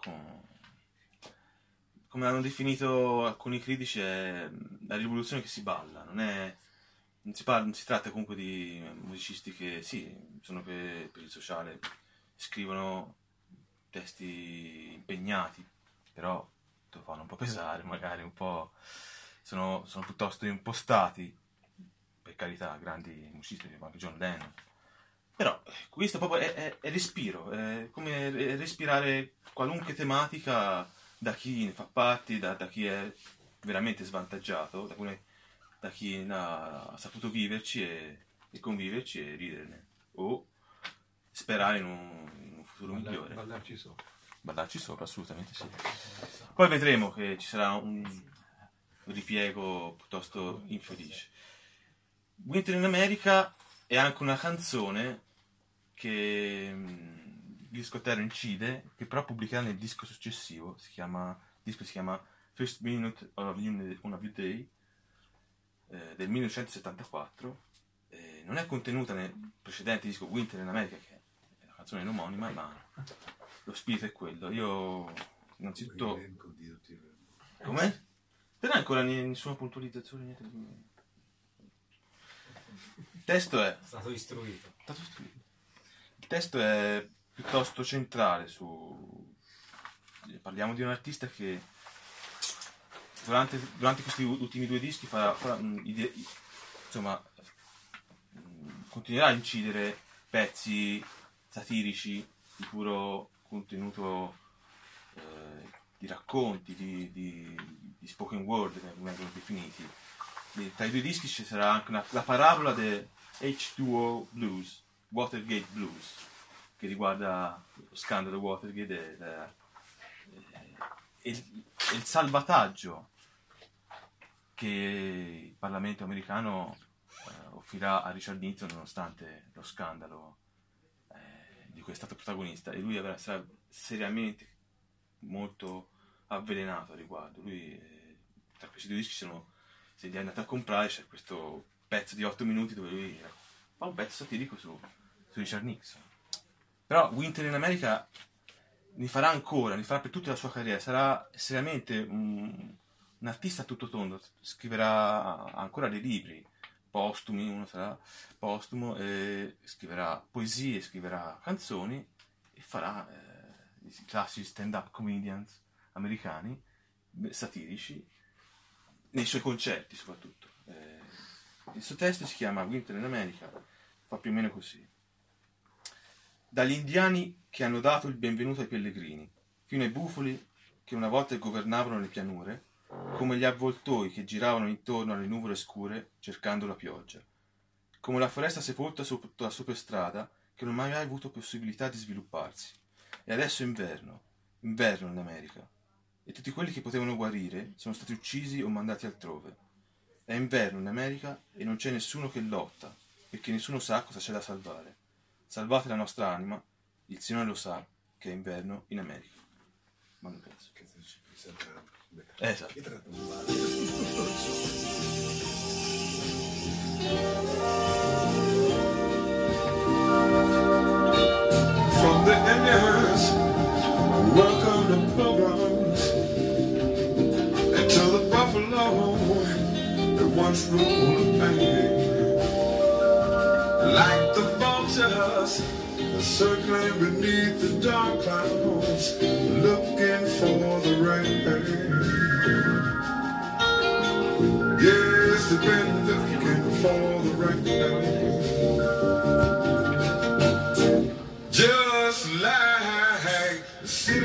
come hanno definito alcuni critici è la rivoluzione che si balla, non si tratta comunque di musicisti che sì, sono per il sociale, scrivono testi impegnati, però te lo fanno un po' pesare, magari un po', sono piuttosto impostati, per carità, grandi musicisti, anche John Lennon. Però questo proprio è respiro, è come respirare qualunque tematica da chi ne fa parte, da chi è veramente svantaggiato, da chi ha saputo viverci e conviverci e riderne, o sperare in un futuro migliore. Ballarci sopra, assolutamente sì. Poi vedremo che ci sarà ripiego piuttosto infelice. Winter in America è anche una canzone che il disco Terror incide, che però pubblicherà nel disco successivo, il disco si chiama First Minute of One of Your Day, del 1974. Non è contenuta nel precedente disco Winter in America, che è la canzone omonima, ma lo spirito è quello. Io innanzitutto... Com'è? Non è ancora nessuna puntualizzazione, niente di... Il testo è... stato istruito. Il testo è piuttosto centrale su... Parliamo di un artista che durante questi ultimi 2 dischi continuerà a incidere pezzi satirici di puro contenuto di racconti, di spoken word, che vengono definiti. Tra i 2 dischi ci sarà anche la parabola del H2O Blues, Watergate Blues, che riguarda lo scandalo Watergate e il salvataggio che il Parlamento americano offrirà a Richard Nixon nonostante lo scandalo di cui è stato protagonista, e lui sarà seriamente molto avvelenato a riguardo. Lui, tra questi 2 dischi, se li è andato a comprare, c'è questo pezzo di 8 minuti dove lui fa un pezzo satirico su Richard Nixon. Però Winter in America ne farà per tutta la sua carriera, sarà seriamente un artista a tutto tondo, scriverà ancora dei libri postumi, uno sarà postumo, e scriverà poesie, scriverà canzoni e farà i classici stand-up comedians americani, satirici, nei suoi concerti soprattutto. Il suo testo si chiama Winter in America, fa più o meno così. Dagli indiani che hanno dato il benvenuto ai pellegrini, fino ai bufali che una volta governavano le pianure, come gli avvoltoi che giravano intorno alle nuvole scure cercando la pioggia, come la foresta sepolta sotto la superstrada che non ha mai avuto possibilità di svilupparsi. E adesso è inverno in America, e tutti quelli che potevano guarire sono stati uccisi o mandati altrove. È inverno in America e non c'è nessuno che lotta, perché nessuno sa cosa c'è da salvare. Salvate la nostra anima, il Signore lo sa che è inverno in America. Ma non penso. Esatto. From the Indians, welcome to Pilgrims, and to the buffalo that once ruled the land. Like the vultures circling beneath the dark clouds, looking for the rain. Yes, they've been looking for the rain. Just like the city,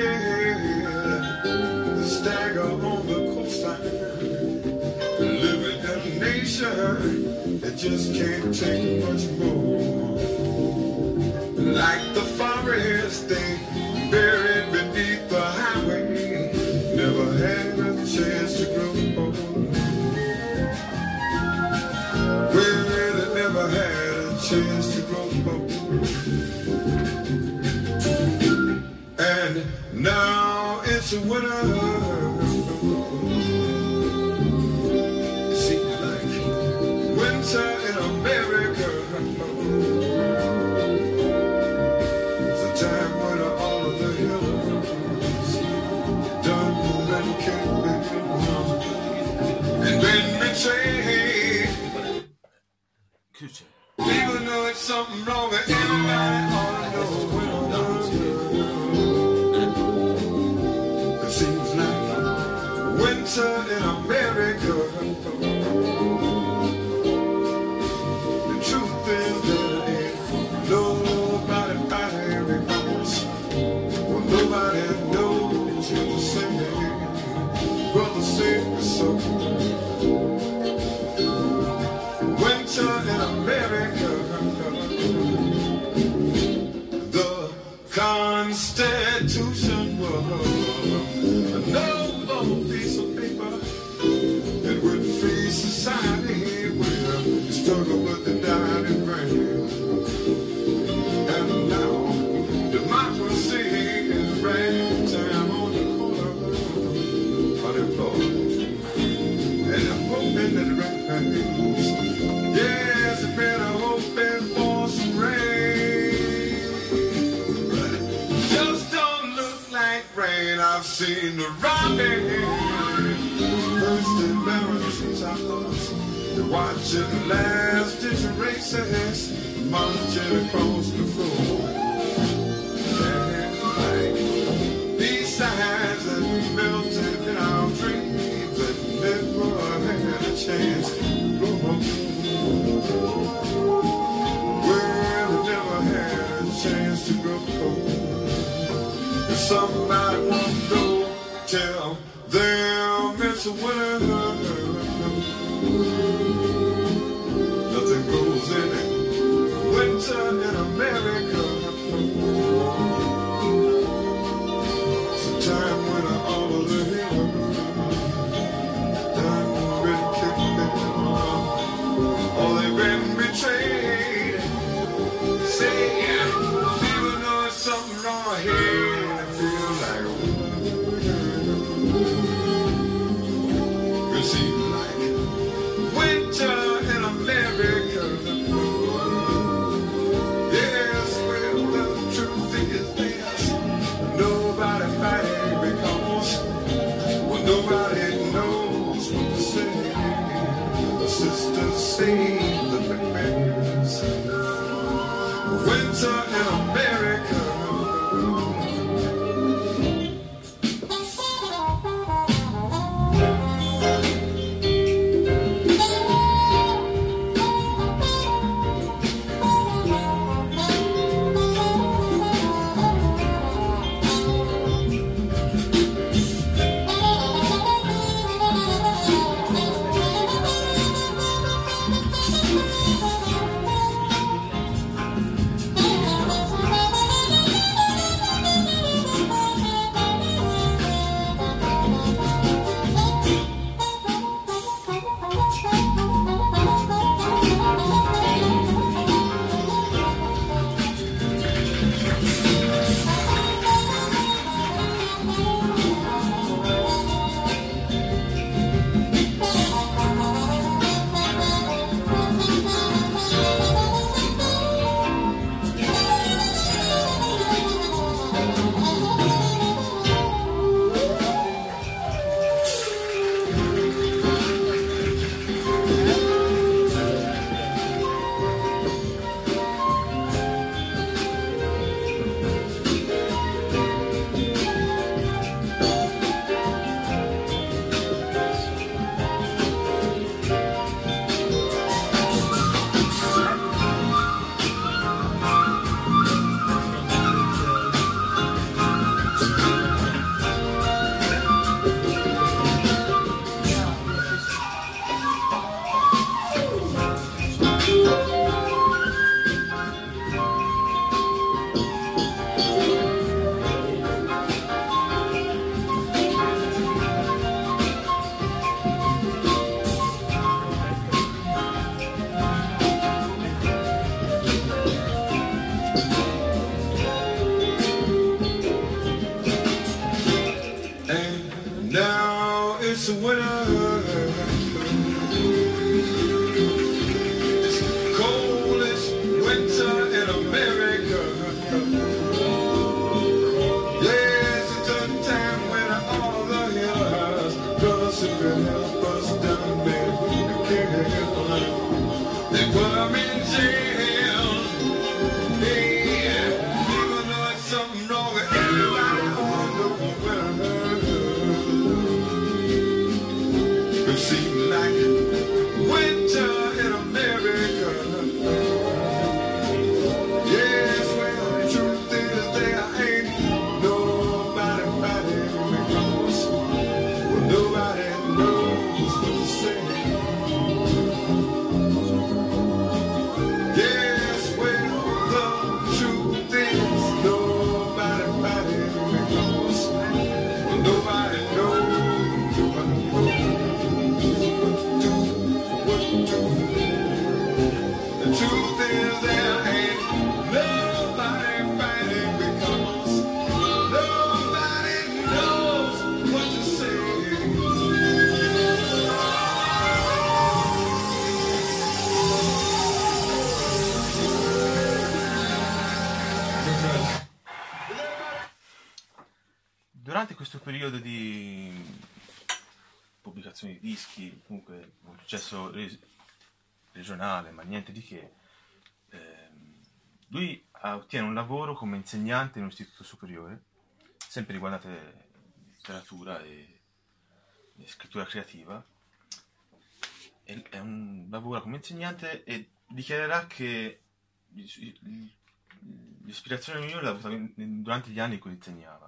the stagger on the coastline, living in a nation that just can't take much more. Like the forest they buried beneath the highway, never had a chance to grow old. Well, they never had a chance to grow old. And now it's a winter. It seems like winter in America. It's a time when all of the hills done and can't be and been betrayed. People know it's something wrong with everybody ought to know. It seems like winter in America. The truth is that ain't nobody fighting us. Well, nobody knows what to say. Brother, say so. Winter in America. The Constitution was a noble piece of paper that skies. Yes, I better hoping for some rain, but it just don't look like rain. I've seen the robin first embarrassing times. They're watching the last ditch races marching across the floor. And like these signs that melted in our dreams that never had a chance to grow up. Well, they never had a chance to grow cold. If somebody won't go tell them it's a winter. Nothing grows in it. Winter in America. It's a time when all of the heroes done been kicked down, or they've been betrayed. Say, even though it's something wrong here, I feel like it seems like winter in America. Yes, well, the truth is this. Nobody fighting because, well, nobody knows what to say. The sisters save the bears. Winter in America. It's winter. It's the coldest winter in America. Yes, it's a time when all the heroes gonna sit and help us down there. They put them in jail. Yeah, people know it's something wrong with everybody on the winter. It seems like winter in America. Yes, well, the truth is there ain't nobody fighting because, well, nobody knows what to say. Yes, well, the truth is nobody fighting because, well, nobody knows what to say. durante questo periodo di pubblicazione di dischi, comunque un successo regionale, ma niente di che, lui ottiene un lavoro come insegnante in un istituto superiore, sempre riguardante letteratura e scrittura creativa. Lavora come insegnante e dichiarerà che l'ispirazione migliore l'ha avuta durante gli anni in cui insegnava.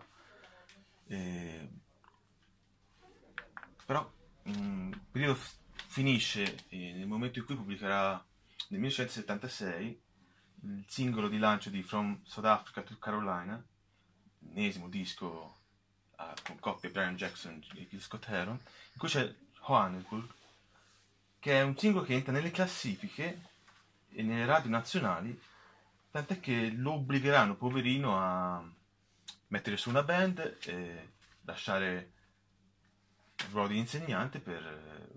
Però il periodo finisce nel momento in cui pubblicherà nel 1976 il singolo di lancio di From South Africa to Carolina, l'ennesimo disco con coppia Brian Jackson e Gil Scott-Heron, in cui c'è Johannesburg, che è un singolo che entra nelle classifiche e nelle radio nazionali, tant'è che lo obbligheranno, poverino, a mettere su una band e lasciare il ruolo di insegnante per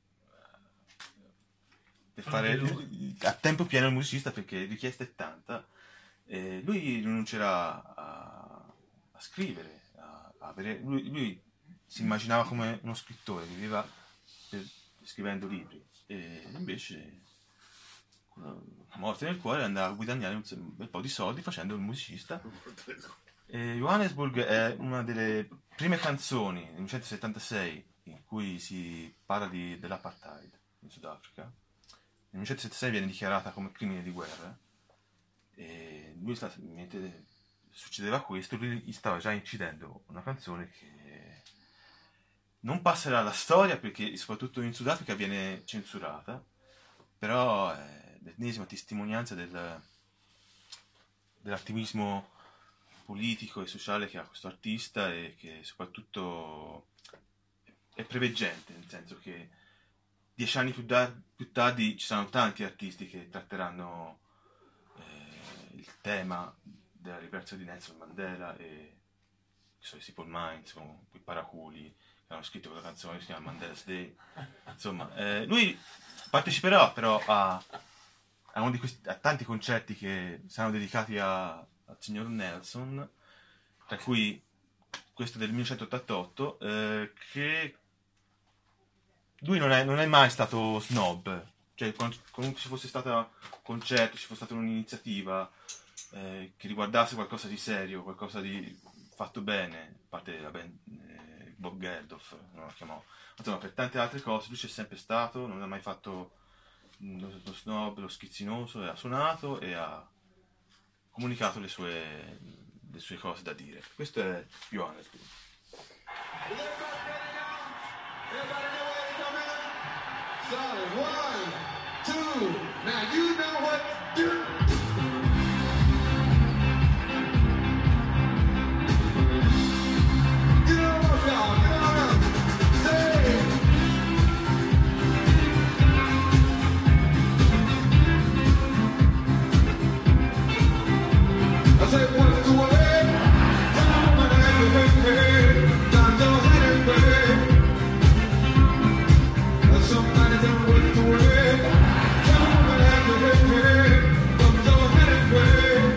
fare a tempo pieno il musicista, perché la richiesta è tanta. Lui rinuncerà a scrivere, lui si immaginava come uno scrittore, viveva scrivendo libri, e invece con la morte nel cuore andava a guadagnare un bel po' di soldi facendo il musicista. Johannesburg è una delle prime canzoni nel 1976 in cui si parla dell'apartheid in Sudafrica. Nel 1976 viene dichiarata come crimine di guerra, e lui mentre succedeva questo, lui stava già incidendo una canzone che non passerà alla storia perché soprattutto in Sudafrica viene censurata, però è l'ennesima testimonianza dell'attivismo politico e sociale che ha questo artista, e che soprattutto è preveggente, nel senso che 10 anni più tardi ci saranno tanti artisti che tratteranno il tema della liberazione di Nelson Mandela, e i Simple Minds con quei paraculi che hanno scritto quella canzone che si chiama Mandela's Day. Insomma, lui parteciperà però a tanti concerti che saranno dedicati al signor Nelson, tra cui questo del 1988, che lui non è mai stato snob, cioè comunque ci fosse stato un concerto, ci fosse stata un'iniziativa che riguardasse qualcosa di serio, qualcosa di fatto bene, a parte la band, Bob Geldof non la chiamò, insomma per tante altre cose lui c'è sempre stato, non ha mai fatto lo snob, lo schizzinoso, e ha suonato e ha comunicato le sue cose da dire. Questo è Johannesburg. So, 1, 2, now you know what to do. Get on up, y'all, get on up. Say. I said 1, 2, 3. Somebody done worked away. Come on, come your head and way.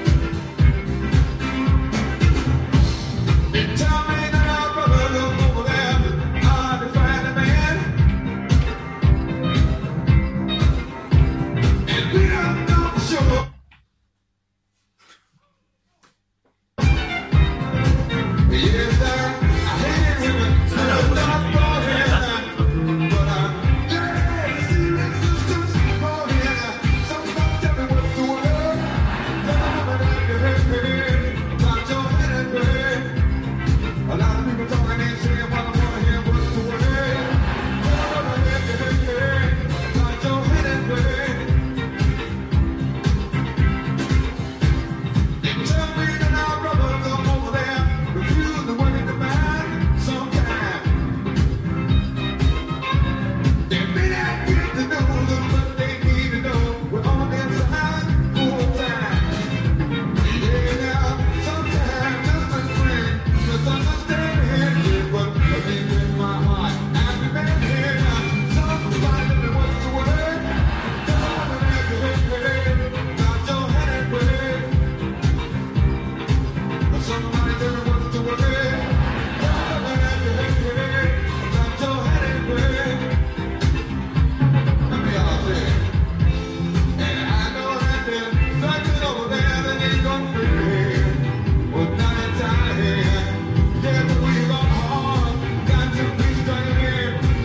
They tell me that our brother look over there, hard to find a man. And we don't know for sure. Yes, I hate it when it's not for him. Somebody tell me what's the way.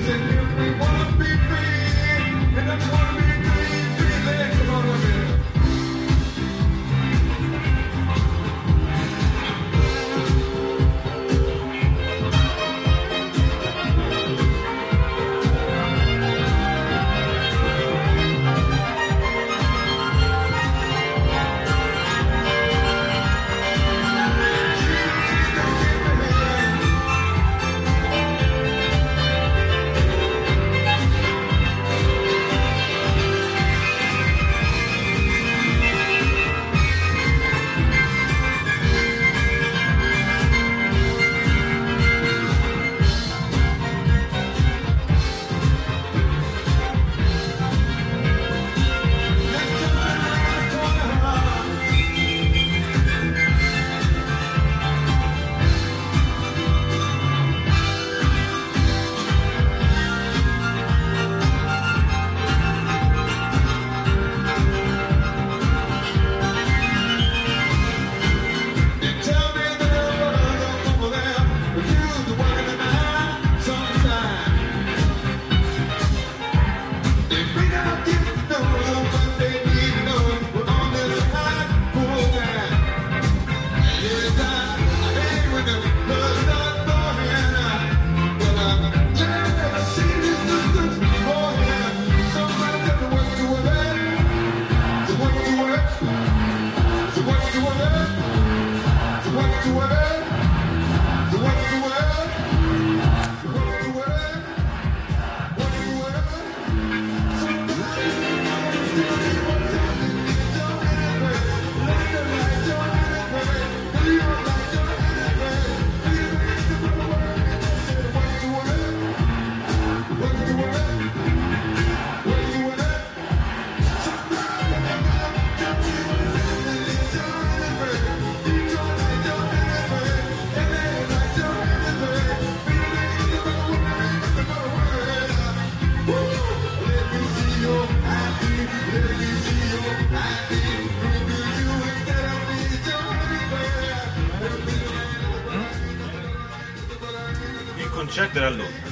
concerto era a Londra.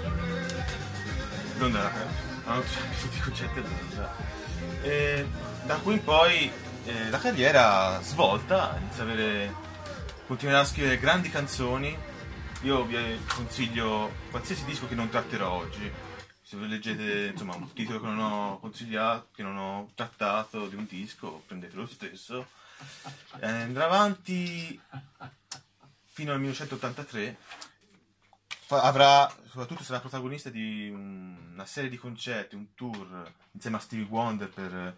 Londra hanno tutti i concerti a Londra. Da qui in poi la carriera svolta, inizia a continuerà a scrivere grandi canzoni. Io vi consiglio qualsiasi disco che non tratterò oggi. Se voi leggete insomma un titolo che non ho consigliato, che non ho trattato di un disco, prendetelo lo stesso. Andrà avanti fino al 1983. Soprattutto sarà protagonista di una serie di concerti, un tour insieme a Stevie Wonder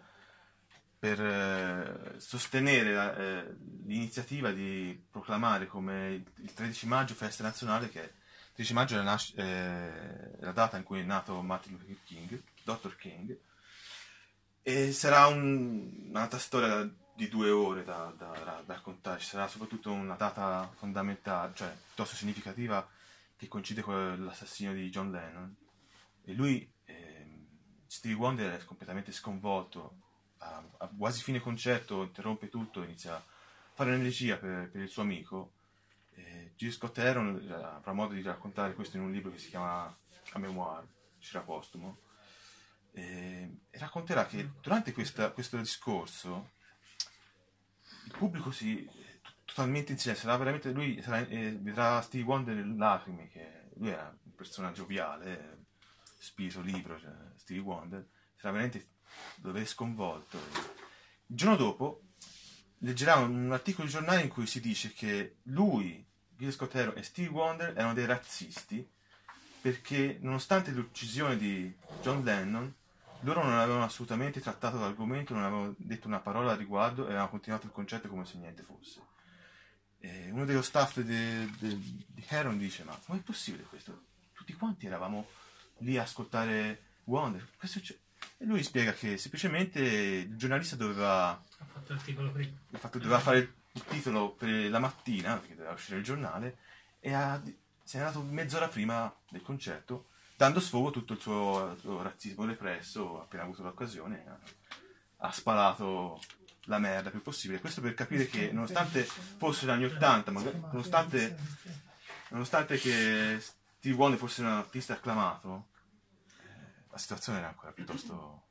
per sostenere l'iniziativa di proclamare come il 13 maggio festa nazionale, che il 13 maggio è la data in cui è nato Martin Luther King, Dr. King, e sarà un'altra storia di 2 ore da raccontare. Ci sarà soprattutto una data fondamentale, cioè piuttosto significativa, che coincide con l'assassinio di John Lennon, e lui, Stevie Wonder, è completamente sconvolto. A quasi fine concerto interrompe tutto, inizia a fare un'elegia per il suo amico. G. Scott Heron avrà modo di raccontare questo in un libro che si chiama A Memoir, uscirà postumo, e racconterà che durante questo discorso il pubblico totalmente in silenzio, sarà veramente, vedrà Stevie Wonder in lacrime, che lui era un personaggio gioviale, spirito libero, cioè Stevie Wonder, sarà veramente dove è sconvolto. Il giorno dopo leggerà un articolo di giornale in cui si dice che lui, Gil Scott Heron e Stevie Wonder erano dei razzisti, perché nonostante l'uccisione di John Lennon loro non avevano assolutamente trattato l'argomento, non avevano detto una parola al riguardo e avevano continuato il concerto come se niente fosse. Uno dello staff di Heron dice: ma com'è possibile questo? Tutti quanti eravamo lì a ascoltare Wonder. E lui spiega che semplicemente il giornalista doveva fare il titolo per la mattina, perché doveva uscire il giornale, e se n'è andato mezz'ora prima del concerto, dando sfogo a tutto il suo razzismo represso. Appena avuto l'occasione ha sparato la merda più possibile. Questo per capire che nonostante fosse gli anni 80, nonostante che Stevie Wonder fosse un artista acclamato, la situazione era ancora piuttosto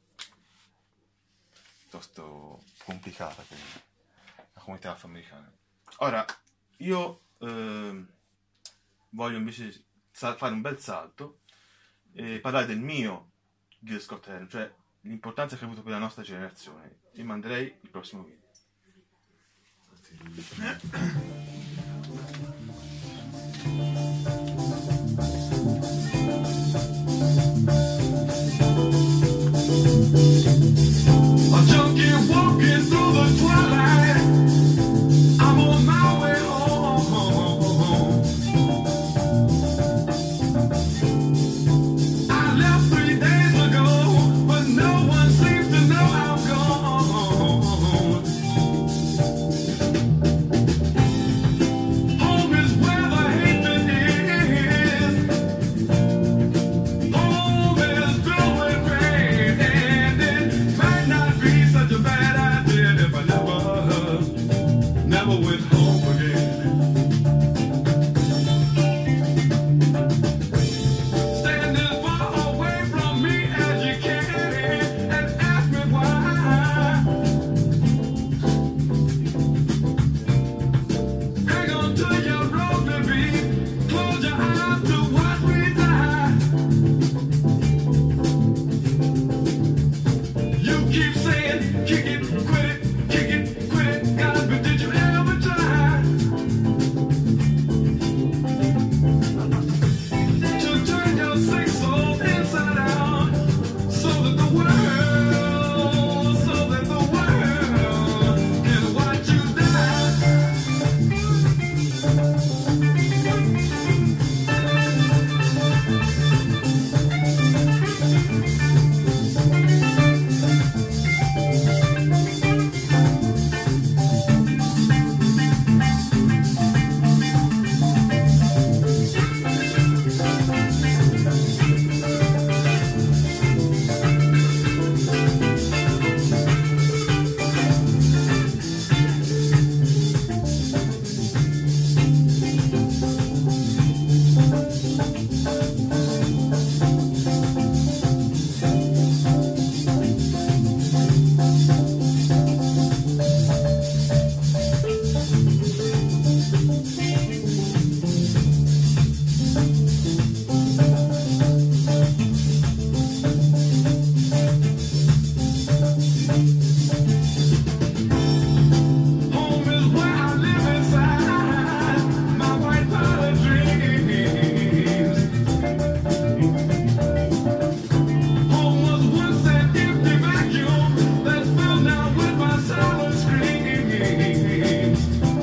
complicata per la comunità afroamericana. Ora, io voglio invece fare un bel salto e parlare del mio Gil Scott-Heron, cioè l'importanza che ha avuto per la nostra generazione, e manderei il prossimo video. A junkie walking through the twilight. I'm on my way home. I left 3 days ago, but no one seems to know I'm gone. Home is where the hatred is. Home is filled with pain, and it might not be such a bad idea if I never went home again. Standing far away from me as you can, and ask me why. Hang on to your rope, baby. Close your eyes to watch me die. You keep saying, kick it, quit it, kick it, quit it. God, but did you ever try to turn your sick soul inside out so that the world can watch you die? Home is where I live inside my white powder dreams. Home was once an empty vacuum that's filled now with my silent screams.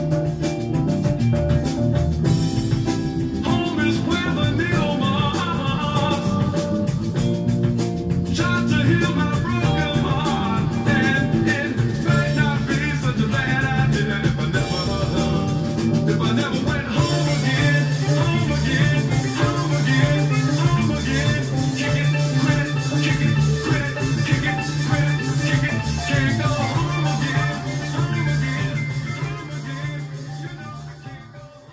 Home is where the needle marks tried to heal my broken heart, and it might not be such a bad idea if I never went home again, home again, home again, home again. Kick it, quit it, kick it, quit it, kick it, quit it, kick it, can't go home again, home again, home again. You know I can't go home.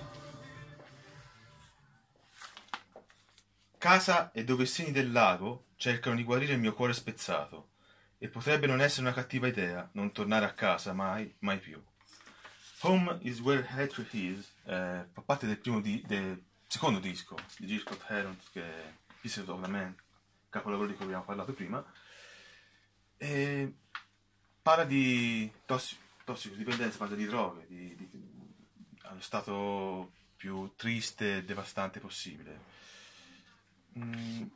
Casa e dove i segni del lago cercano di guarire il mio cuore spezzato, e potrebbe non essere una cattiva idea non tornare a casa mai, mai più. Home is where hatred is fa parte del secondo disco di Gil Scott-Heron, che è Pieces of the Man, capolavoro di cui abbiamo parlato prima, e parla di tossicodipendenza, parla di droghe, allo stato più triste e devastante possibile. Nel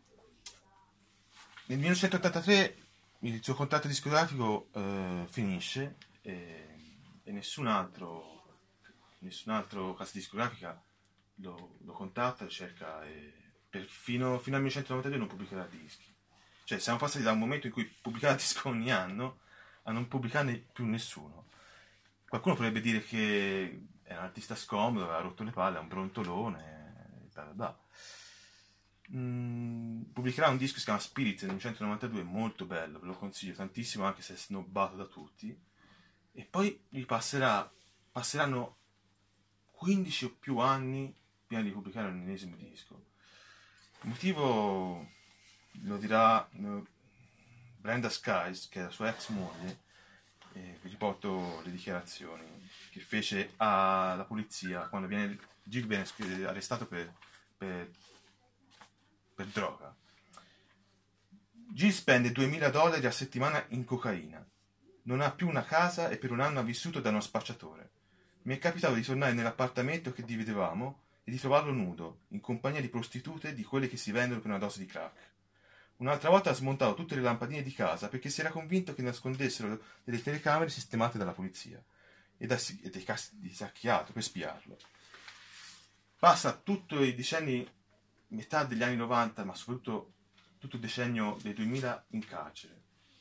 1983 il suo contratto discografico finisce e nessun altro casa discografica lo contatta, lo cerca, e fino al 1992 non pubblicherà dischi. Cioè siamo passati da un momento in cui pubblicava disco ogni anno a non pubblicarne più nessuno. Qualcuno potrebbe dire che era un artista scomodo, aveva rotto le palle, è un brontolone, bla bla bla. Pubblicherà un disco che si chiama Spirit nel 1992, molto bello, ve lo consiglio tantissimo, anche se è snobbato da tutti, e poi gli passeranno 15 o più anni prima di pubblicare un ennesimo disco. Il motivo lo dirà Brenda Skies, che è la sua ex moglie. Vi riporto le dichiarazioni che fece alla polizia quando Jill viene arrestato per droga. Jill spende $2.000 a settimana in cocaina. Non ha più una casa e per un anno ha vissuto da uno spacciatore. Mi è capitato di tornare nell'appartamento che dividevamo e di trovarlo nudo, in compagnia di prostitute, di quelle che si vendono per una dose di crack. Un'altra volta ha smontato tutte le lampadine di casa perché si era convinto che nascondessero delle telecamere sistemate dalla polizia e dei cassi di sacchiato per spiarlo. Passa tutto i decenni, metà degli anni 90, ma soprattutto tutto il decennio del 2000 in carcere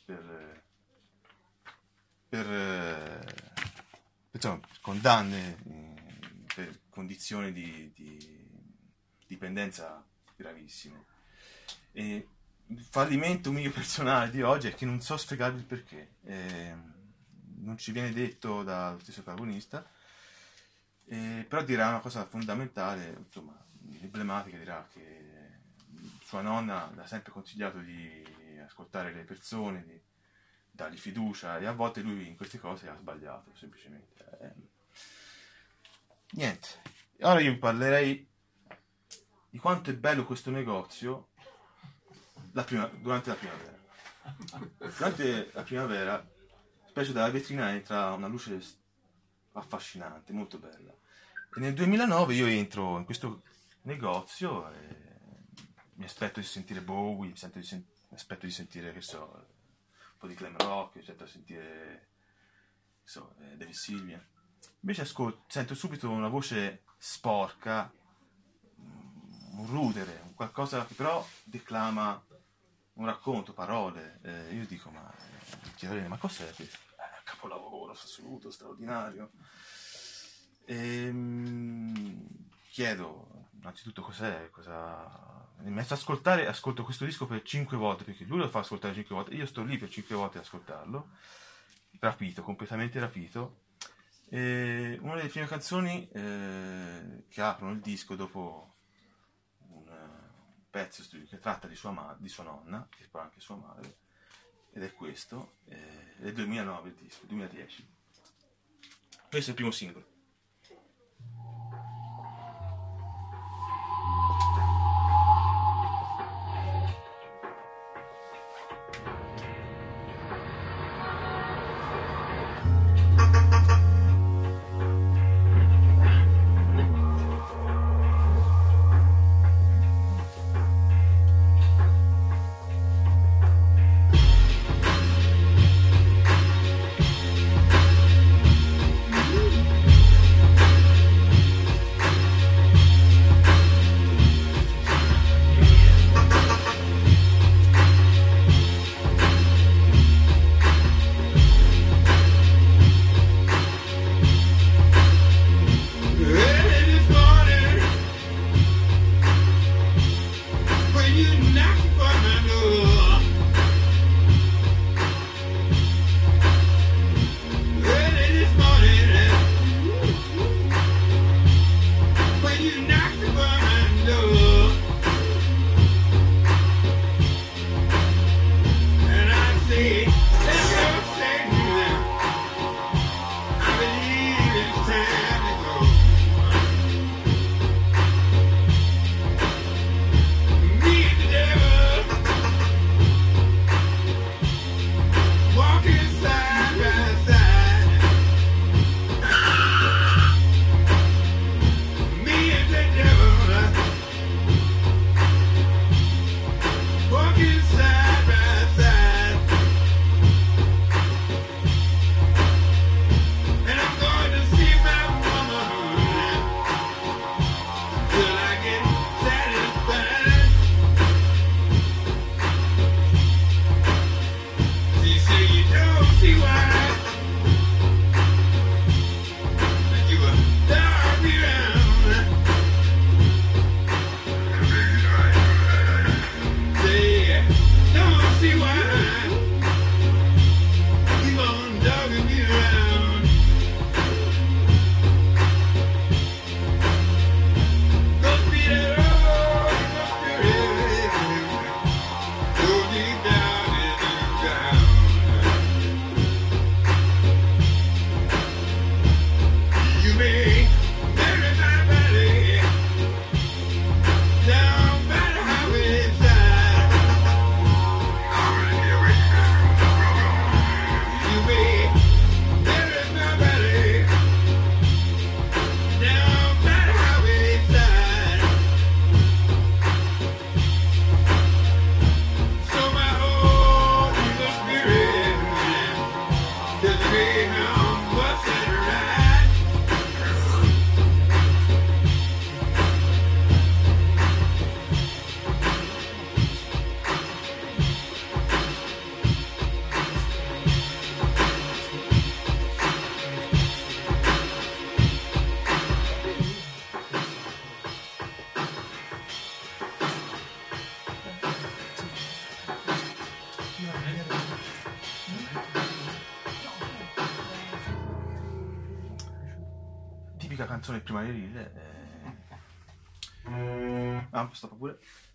per condanne, per condizioni di dipendenza gravissime. E il fallimento mio personale di oggi è che non so spiegarvi il perché. Non ci viene detto dallo stesso protagonista, però dirà una cosa fondamentale, insomma, emblematica. Dirà che sua nonna le ha sempre consigliato di ascoltare le persone, di dargli fiducia, e a volte lui in queste cose ha sbagliato, semplicemente. Niente. Ora io vi parlerei di quanto è bello questo negozio durante la primavera. Durante la primavera, specie dalla vetrina, entra una luce affascinante, molto bella. E nel 2009 io entro in questo negozio e mi aspetto di sentire Bowie, mi aspetto di sentire, che so, un po' di glam rock, mi aspetto di sentire, che so, David Sylvian. Invece sento subito una voce sporca, un rudere, un qualcosa che però declama un racconto, parole. Io dico, ma cos'è questo? Capolavoro assoluto, straordinario. Chiedo innanzitutto cos'è, mi metto ad ascoltare, ascolto questo disco per 5 volte, perché lui lo fa ascoltare 5 volte, io sto lì per 5 volte ad ascoltarlo, rapito, completamente rapito. E una delle prime canzoni che aprono il disco, dopo un pezzo che tratta di sua nonna, che poi anche sua madre, ed è questo, è del 2009 il disco, 2010. Questo è il primo singolo. Me and the devil l'unica canzone primaverile. Stoppa pure.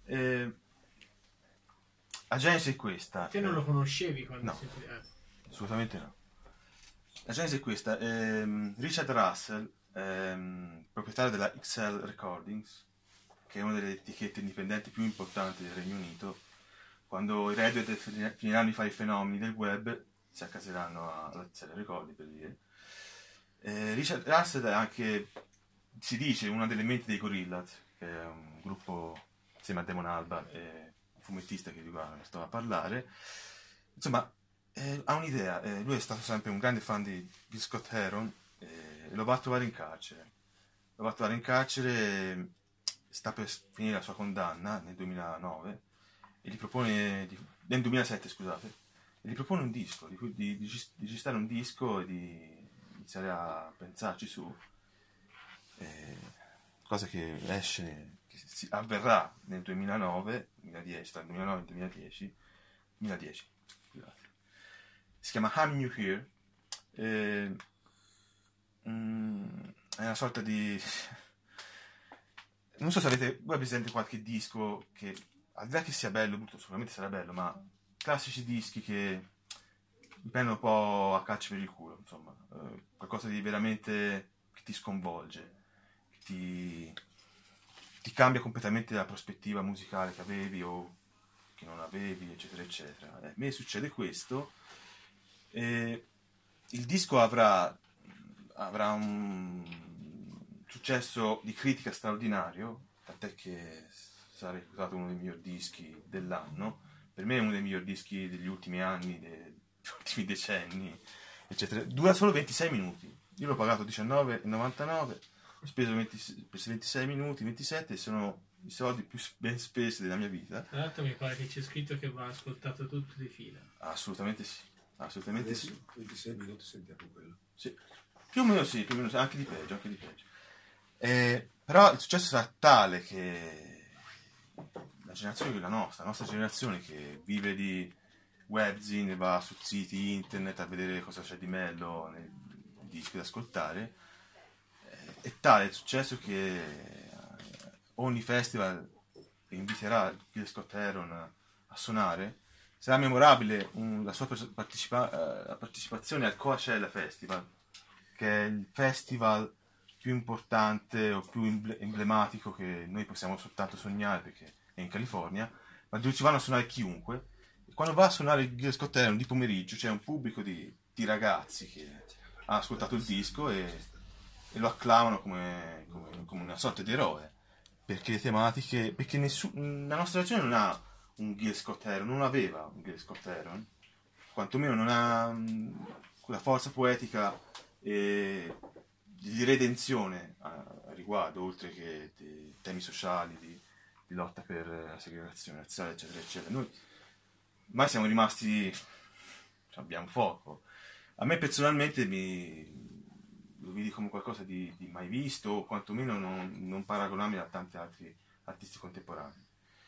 La genesi è questa. Te non lo conoscevi quando No, senti... assolutamente no. La genesi è questa. Richard Russell, proprietario della XL Recordings, che è una delle etichette indipendenti più importanti del Regno Unito, quando i Radiohead finiranno di fare i fenomeni del web, si accaseranno alla XL Recordings, per dire. Richard Russell è anche, si dice, una delle menti dei Gorillaz, che è un gruppo insieme a Damon Albarn e un fumettista che ne stava a parlare. Insomma, ha un'idea. Lui è stato sempre un grande fan di Gil Scott-Heron e lo va a trovare in carcere. Sta per finire la sua condanna nel 2009 e gli propone nel 2007, scusate, e gli propone un disco, di registrare un disco e di iniziare a pensarci su, cosa che esce, che avverrà nel 2010, tra il 2009 e il 2010, scusate. Si chiama I'm New Here, è una sorta di... Non so se avete voi presente qualche disco che, al di là che sia bello, sicuramente sarà bello, ma classici dischi che mi prendono un po' a calci per il culo, insomma, qualcosa di veramente che ti sconvolge, che ti cambia completamente la prospettiva musicale che avevi o che non avevi, eccetera, eccetera. A me succede questo. Il disco avrà un successo di critica straordinario, tant'è che sarà reputato uno dei migliori dischi dell'anno. Per me è uno dei migliori dischi degli ultimi anni, degli ultimi decenni, eccetera. Dura solo 26 minuti. Io l'ho pagato €19,99, ho speso 26 minuti, 27, e sono i soldi più ben spesi della mia vita. Tra l'altro mi pare che c'è scritto che va ascoltato tutto di fila. Assolutamente sì. Assolutamente Adesso, sì. 26 minuti sentiamo quello. Sì. Più o meno sì, anche di peggio. Però il successo sarà tale che la nostra generazione, che vive di webzine, va su siti internet a vedere cosa c'è di meglio nei dischi da ascoltare, è tale il successo che ogni festival che inviterà Gil Scott-Heron a suonare sarà memorabile la sua partecipazione al Coachella Festival, che è il festival più importante o più emblematico che noi possiamo soltanto sognare, perché è in California, ma dove ci vanno a suonare chiunque. E quando va a suonare Gil Scott-Heron di pomeriggio c'è un pubblico di ragazzi che ha ascoltato il disco e lo acclamano come una sorta di eroe, perché le tematiche, perché la nostra regione non ha un Gil Scott-Heron, non aveva un Gil Scott-Heron, quantomeno non ha quella forza poetica e di redenzione a riguardo, oltre che di temi sociali, di lotta per la segregazione razziale, eccetera, eccetera. Noi ormai siamo rimasti, abbiamo fuoco. A me personalmente lo vedi come qualcosa di mai visto, o quantomeno non paragonabile a tanti altri artisti contemporanei.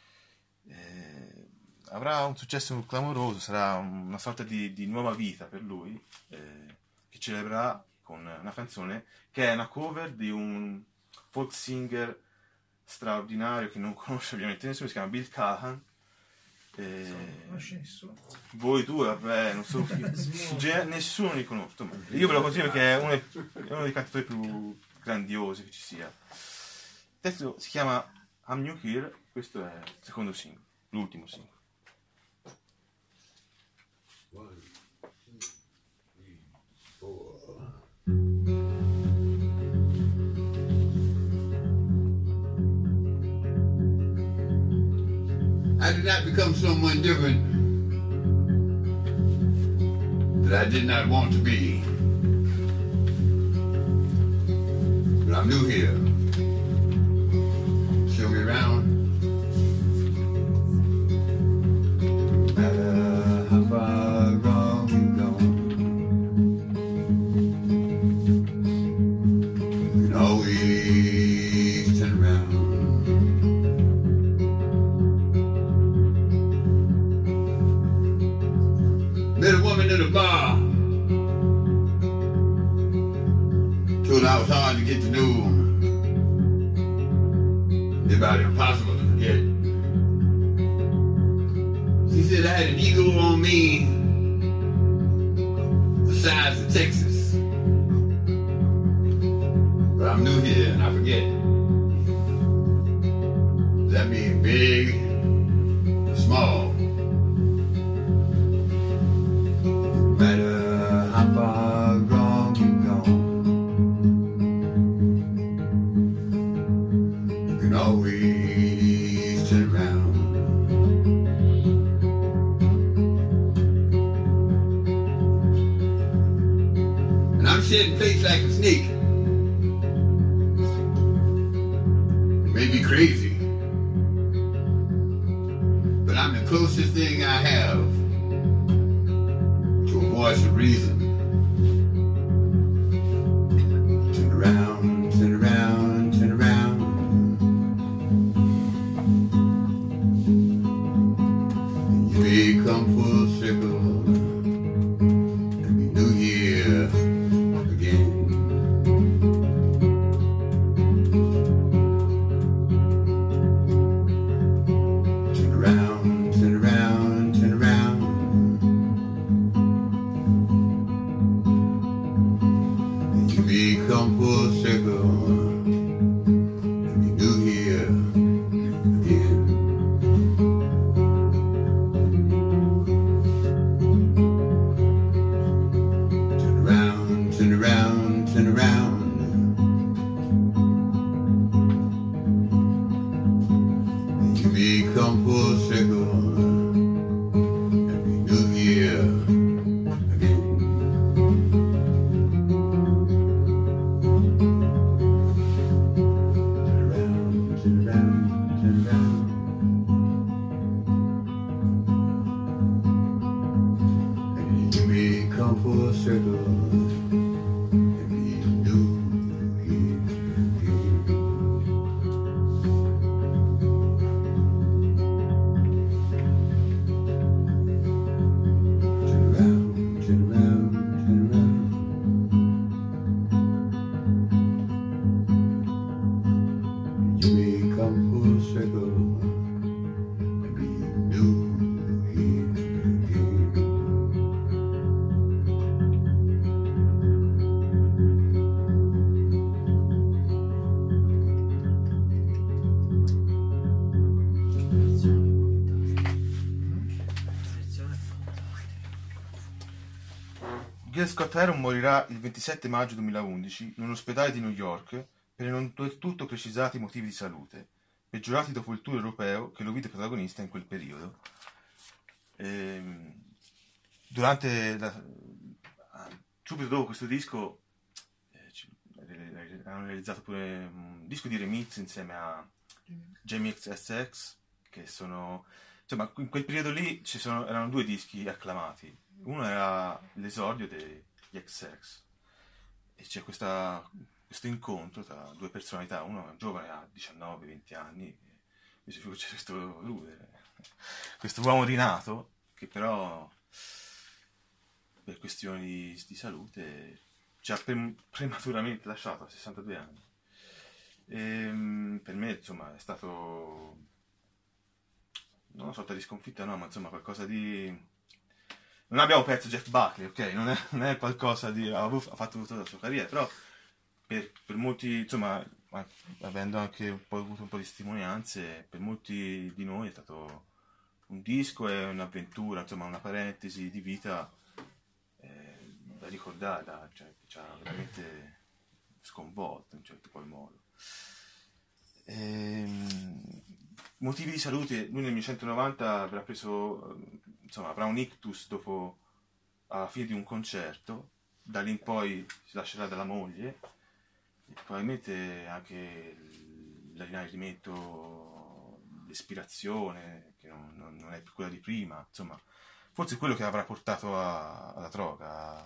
Avrà un successo clamoroso, sarà una sorta di nuova vita per lui, che celebrerà con una canzone che è una cover di un folk singer straordinario che non conosce ovviamente nessuno, si chiama Bill Callahan. Voi due, vabbè, non so nessuno li conosce. Io ve lo consiglio perché è uno dei cantatori più grandiosi che ci sia. Il testo si chiama I'm New Here, questo è il secondo singolo, l'ultimo singolo. 1, 2, 3, 4. I did not become someone different that I did not want to be. But I'm new here. Show me around. No matter how far wrong you go, you can always turn around. Met a woman in a bar, told school, I was hard to get to know. About impossible to forget. She said I had an ego on me the size of Texas. But I'm new here and I forget. Does that mean big or small? No matter how far wrong you've gone, you can always turn around. And I'm shedding face like a snake. It may be crazy, but I'm the closest thing I have to a voice of reason. Turn around, turn around, turn around. And you may come full circle and be new here again. Turn around, turn around, turn around. And you may come full circle and be new here again. Turn around, turn around, turn around. And you may come full circle and be new here again. Turn around, turn around, turn around. And you may come full circle and be new here again. Turn around, turn around, turn around. You may come full circle and be new here again. Gil Scott-Heron morirà il 27 maggio 2011 in un ospedale di New York per i non del tutto precisati motivi di salute, peggiorati dopo il tour europeo che lo vide protagonista in quel periodo. Subito dopo questo disco hanno realizzato pure un disco di remix insieme a Jamie XXX, che sono, insomma, in quel periodo lì erano due dischi acclamati. Uno era l'esordio degli XX e c'è questo incontro tra due personalità, uno giovane, ha 19-20 anni, invece c'è questo uomo rinato che però per questioni di salute ci ha prematuramente lasciato a 62 anni. E per me, insomma, è stato non una sorta di sconfitta, no, ma insomma qualcosa di... Non abbiamo perso Jeff Buckley, ok? Non è qualcosa di... ha fatto tutta la sua carriera, però per molti, insomma, avendo anche avuto un po' di testimonianze, per molti di noi è stato un disco e un'avventura, insomma, una parentesi di vita da ricordare, cioè, che ci ha veramente sconvolto in un certo qual modo. Motivi di salute, lui nel 1990 avrà preso, insomma, avrà un ictus dopo, alla fine di un concerto, da lì in poi si lascerà dalla moglie e probabilmente anche l'inaridimento, l'ispirazione che non è più quella di prima, insomma, forse è quello che avrà portato alla droga,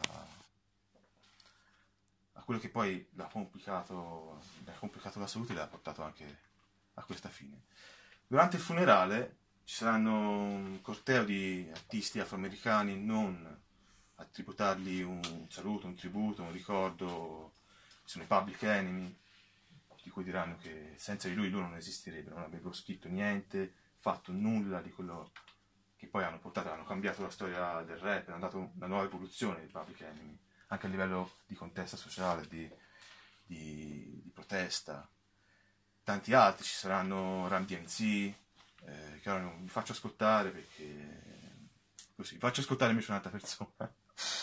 a quello che poi l'ha complicato la salute e l'ha portato anche a questa fine. Durante il funerale ci saranno un corteo di artisti afroamericani non a tributargli un saluto, un tributo, un ricordo sono i Public Enemy, di cui diranno che senza di lui loro non esisterebbero, non avrebbero scritto niente, fatto nulla di quello che poi hanno cambiato la storia del rap, hanno dato una nuova evoluzione dei Public Enemy, anche a livello di contesto sociale, di protesta. Tanti altri, ci saranno Run DMC, che ora non vi faccio ascoltare perché così, vi faccio ascoltare invece un'altra persona.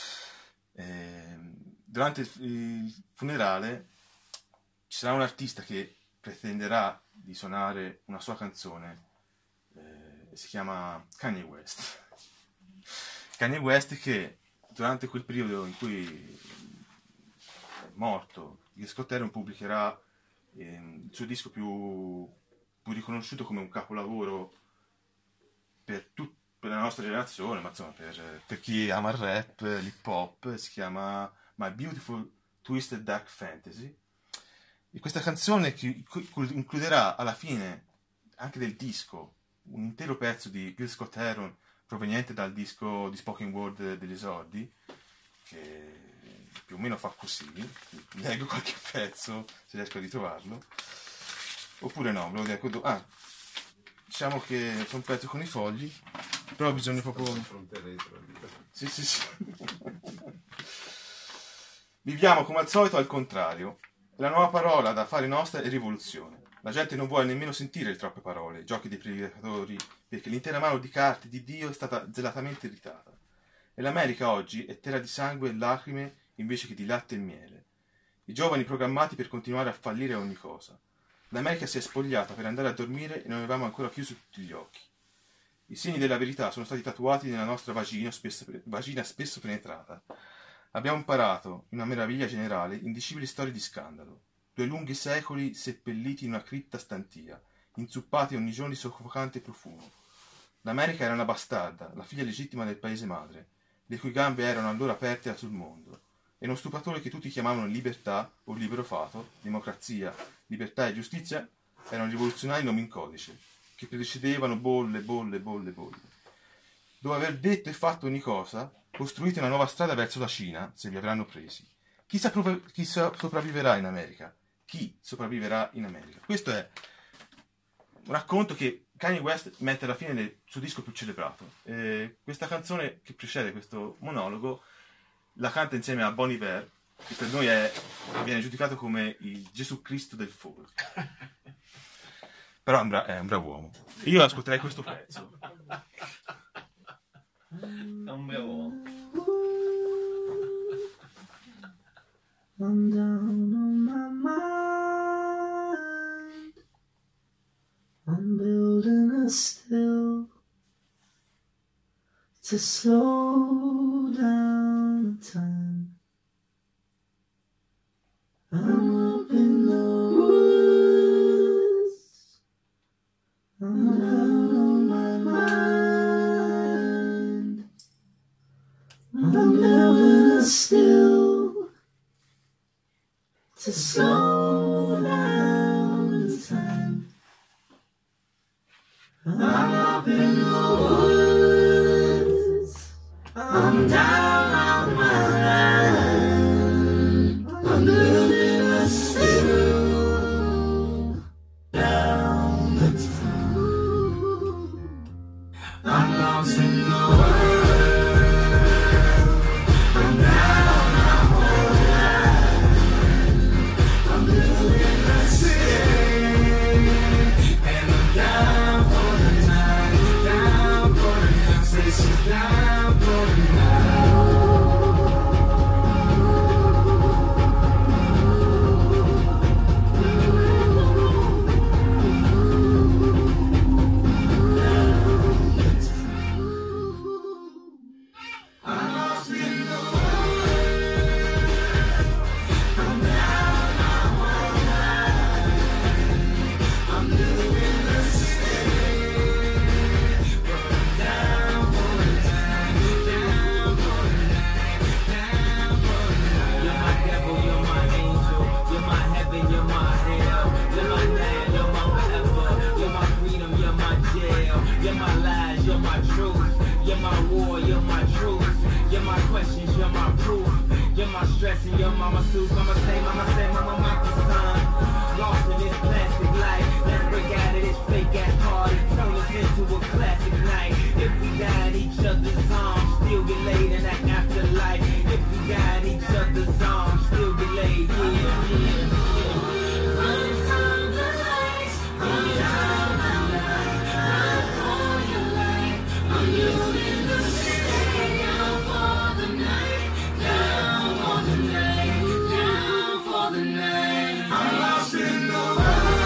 Durante il funerale ci sarà un artista che pretenderà di suonare una sua canzone, si chiama Kanye West. Kanye West, che durante quel periodo in cui è morto, Scott Heron pubblicherà il suo disco più riconosciuto come un capolavoro per la nostra generazione, ma insomma per chi ama il rap, l'hip hop. Si chiama My Beautiful Twisted Dark Fantasy, e questa canzone includerà alla fine anche del disco un intero pezzo di Gil Scott Heron proveniente dal disco di spoken word degli esordi, che più o meno fa così. Leggo qualche pezzo se riesco a ritrovarlo, oppure no, ve lo leggo. Diciamo che c'è un pezzo con i fogli, però bisogna proprio... Sì. Viviamo come al solito al contrario. La nuova parola da fare nostra è rivoluzione. La gente non vuole nemmeno sentire le troppe parole, giochi dei predicatori, perché l'intera mano di carte di Dio è stata zelatamente irritata. E l'America oggi è terra di sangue e lacrime invece che di latte e miele. I giovani programmati per continuare a fallire a ogni cosa. L'America si è spogliata per andare a dormire e non avevamo ancora chiuso tutti gli occhi. I segni della verità sono stati tatuati nella nostra vagina spesso penetrata. Abbiamo imparato, in una meraviglia generale, indicibili storie di scandalo. 2 lunghi secoli seppelliti in una cripta stantia, inzuppati ogni giorno di soffocante profumo. L'America era una bastarda, la figlia legittima del paese madre, le cui gambe erano allora aperte sul mondo, e uno stupratore che tutti chiamavano libertà o libero fato, democrazia, libertà e giustizia, erano rivoluzionari nomi in codice, che precedevano bolle. Dopo aver detto e fatto ogni cosa, costruite una nuova strada verso la Cina, se vi avranno presi. Chi sopravviverà in America? Chi sopravviverà in America? Questo è un racconto che Kanye West mette alla fine del suo disco più celebrato. Questa canzone che precede questo monologo la canta insieme a Bon Iver, che per noi viene giudicato come il Gesù Cristo del folk. Però è un bravo uomo. Io ascolterei questo pezzo. È un bravo uomo. I'm down on my mind. I'm building a still to slow down time. I'm up in the woods. I'm down on my mind. I'm building a still to slow down time. I'm up in the woods. I'm down on my line. I'm building a still down the time. I'm lost in the world. I'm down on my line. I'm building a city, and I'm down for the night, down for the night, say she's down for the I'm lost in the I'm down on my line. I'm living the city, but I'm down for the night, down for the night, down for the night. You're my devil, you're my angel, you're my heaven, you're my hell, you're my night, you're my forever, you're my freedom, you're my jail, you're my lies, you're my truth, you're my war, you're my truth, you're my questions, you're my proof. You're my stress and your mama suits. Mama say, my son. Lost in this plastic life. Let's break out of this fake ass party. Turn us into a classic night. If we die in each other's arms, still get laid in that afterlife. If we die in each other's arms, still get laid. Yeah. Run from the lights, run down the night, run for your life. I'm moving the city down for the night, down for the night, down for the night. I'm lost in the world.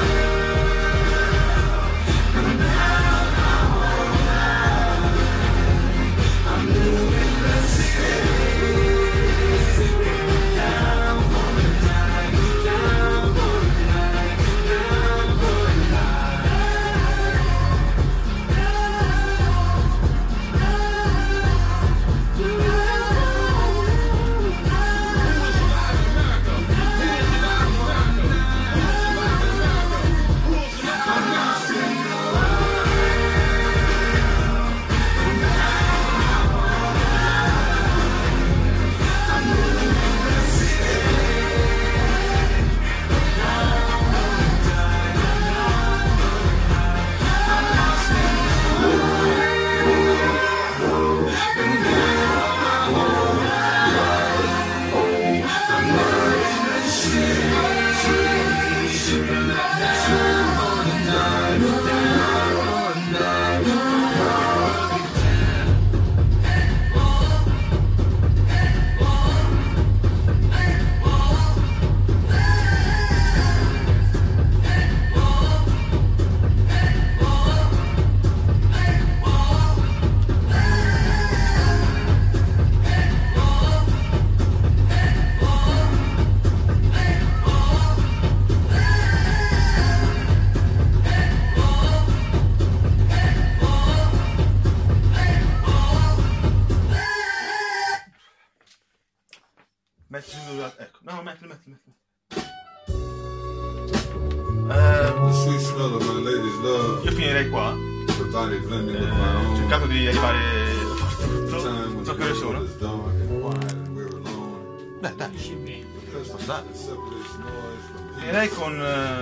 I'm down my whole life. I'm moving the city down for the night, down for the night, down for the Ecco, no, mettilo. The sweet smell of my lady's love. Io finirei qua. The body blending with my Ho own. cercato di arrivare tutto. Non so che ore sono. Beh, dai. Finirei con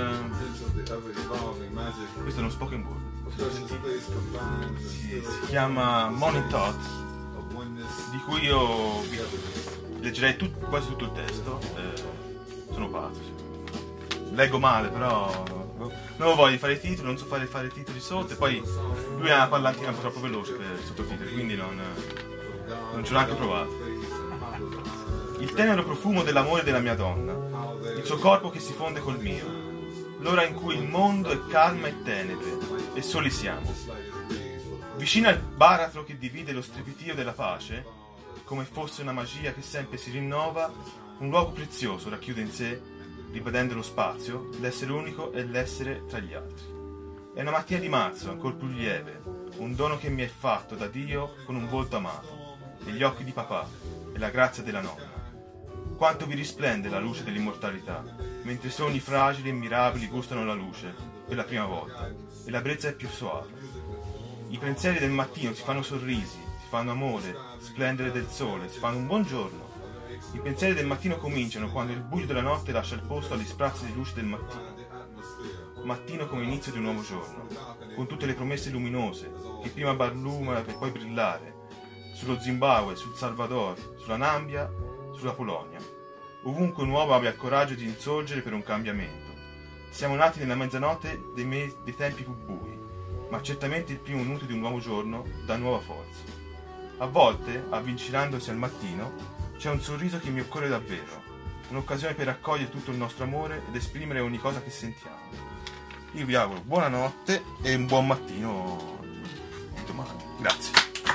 questo è uno spoken word. Si chiama Morning Thoughts, di cui io leggerei quasi tutto il testo. Sono pazzo. Leggo male, però non ho voglia di fare i titoli, non so fare i titoli sotto, e poi lui ha una parlantina un po' troppo veloce per i sottotitoli, quindi non ci ho neanche provato. Il tenero profumo dell'amore della mia donna, il suo corpo che si fonde col mio, l'ora in cui il mondo è calma e tenebre, e soli siamo. Vicino al baratro che divide lo strepitio della pace, come fosse una magia che sempre si rinnova, un luogo prezioso racchiude in sé, ribadendo lo spazio, l'essere unico e l'essere tra gli altri. È una mattina di marzo, ancor più lieve, un dono che mi è fatto da Dio con un volto amato, e gli occhi di papà, e la grazia della nonna. Quanto vi risplende la luce dell'immortalità, mentre sogni fragili e mirabili gustano la luce, per la prima volta, e la brezza è più soave. I pensieri del mattino si fanno sorrisi, si fanno amore, splendere del sole, si fanno un buongiorno. I pensieri del mattino cominciano quando il buio della notte lascia il posto agli sprazzi di luce del mattino. Mattino come inizio di un nuovo giorno, con tutte le promesse luminose, che prima barlumano per poi brillare, sullo Zimbabwe, sul Salvador, sulla Nambia, sulla Polonia. Ovunque un uomo abbia il coraggio di insorgere per un cambiamento. Siamo nati nella mezzanotte dei tempi più bui, ma certamente il primo minuto di un nuovo giorno dà nuova forza. A volte, avvicinandosi al mattino, c'è un sorriso che mi occorre davvero, un'occasione per raccogliere tutto il nostro amore ed esprimere ogni cosa che sentiamo. Io vi auguro buonanotte e un buon mattino domani. Grazie.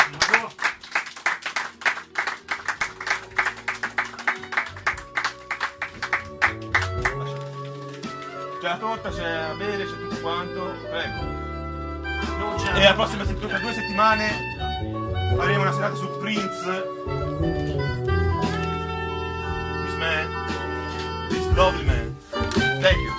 C'è la torta, c'è da bere, c'è tutto quanto. Prego. E la prossima settimana, tra 2 settimane, faremo una serata su Prince. Man, this lovely man. Thank you.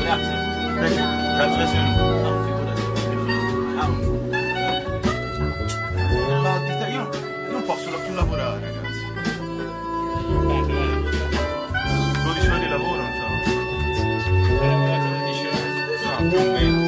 Grazie, adesso io non posso più lavorare, ragazzi. 12 ore di lavoro, non so. No, più o meno.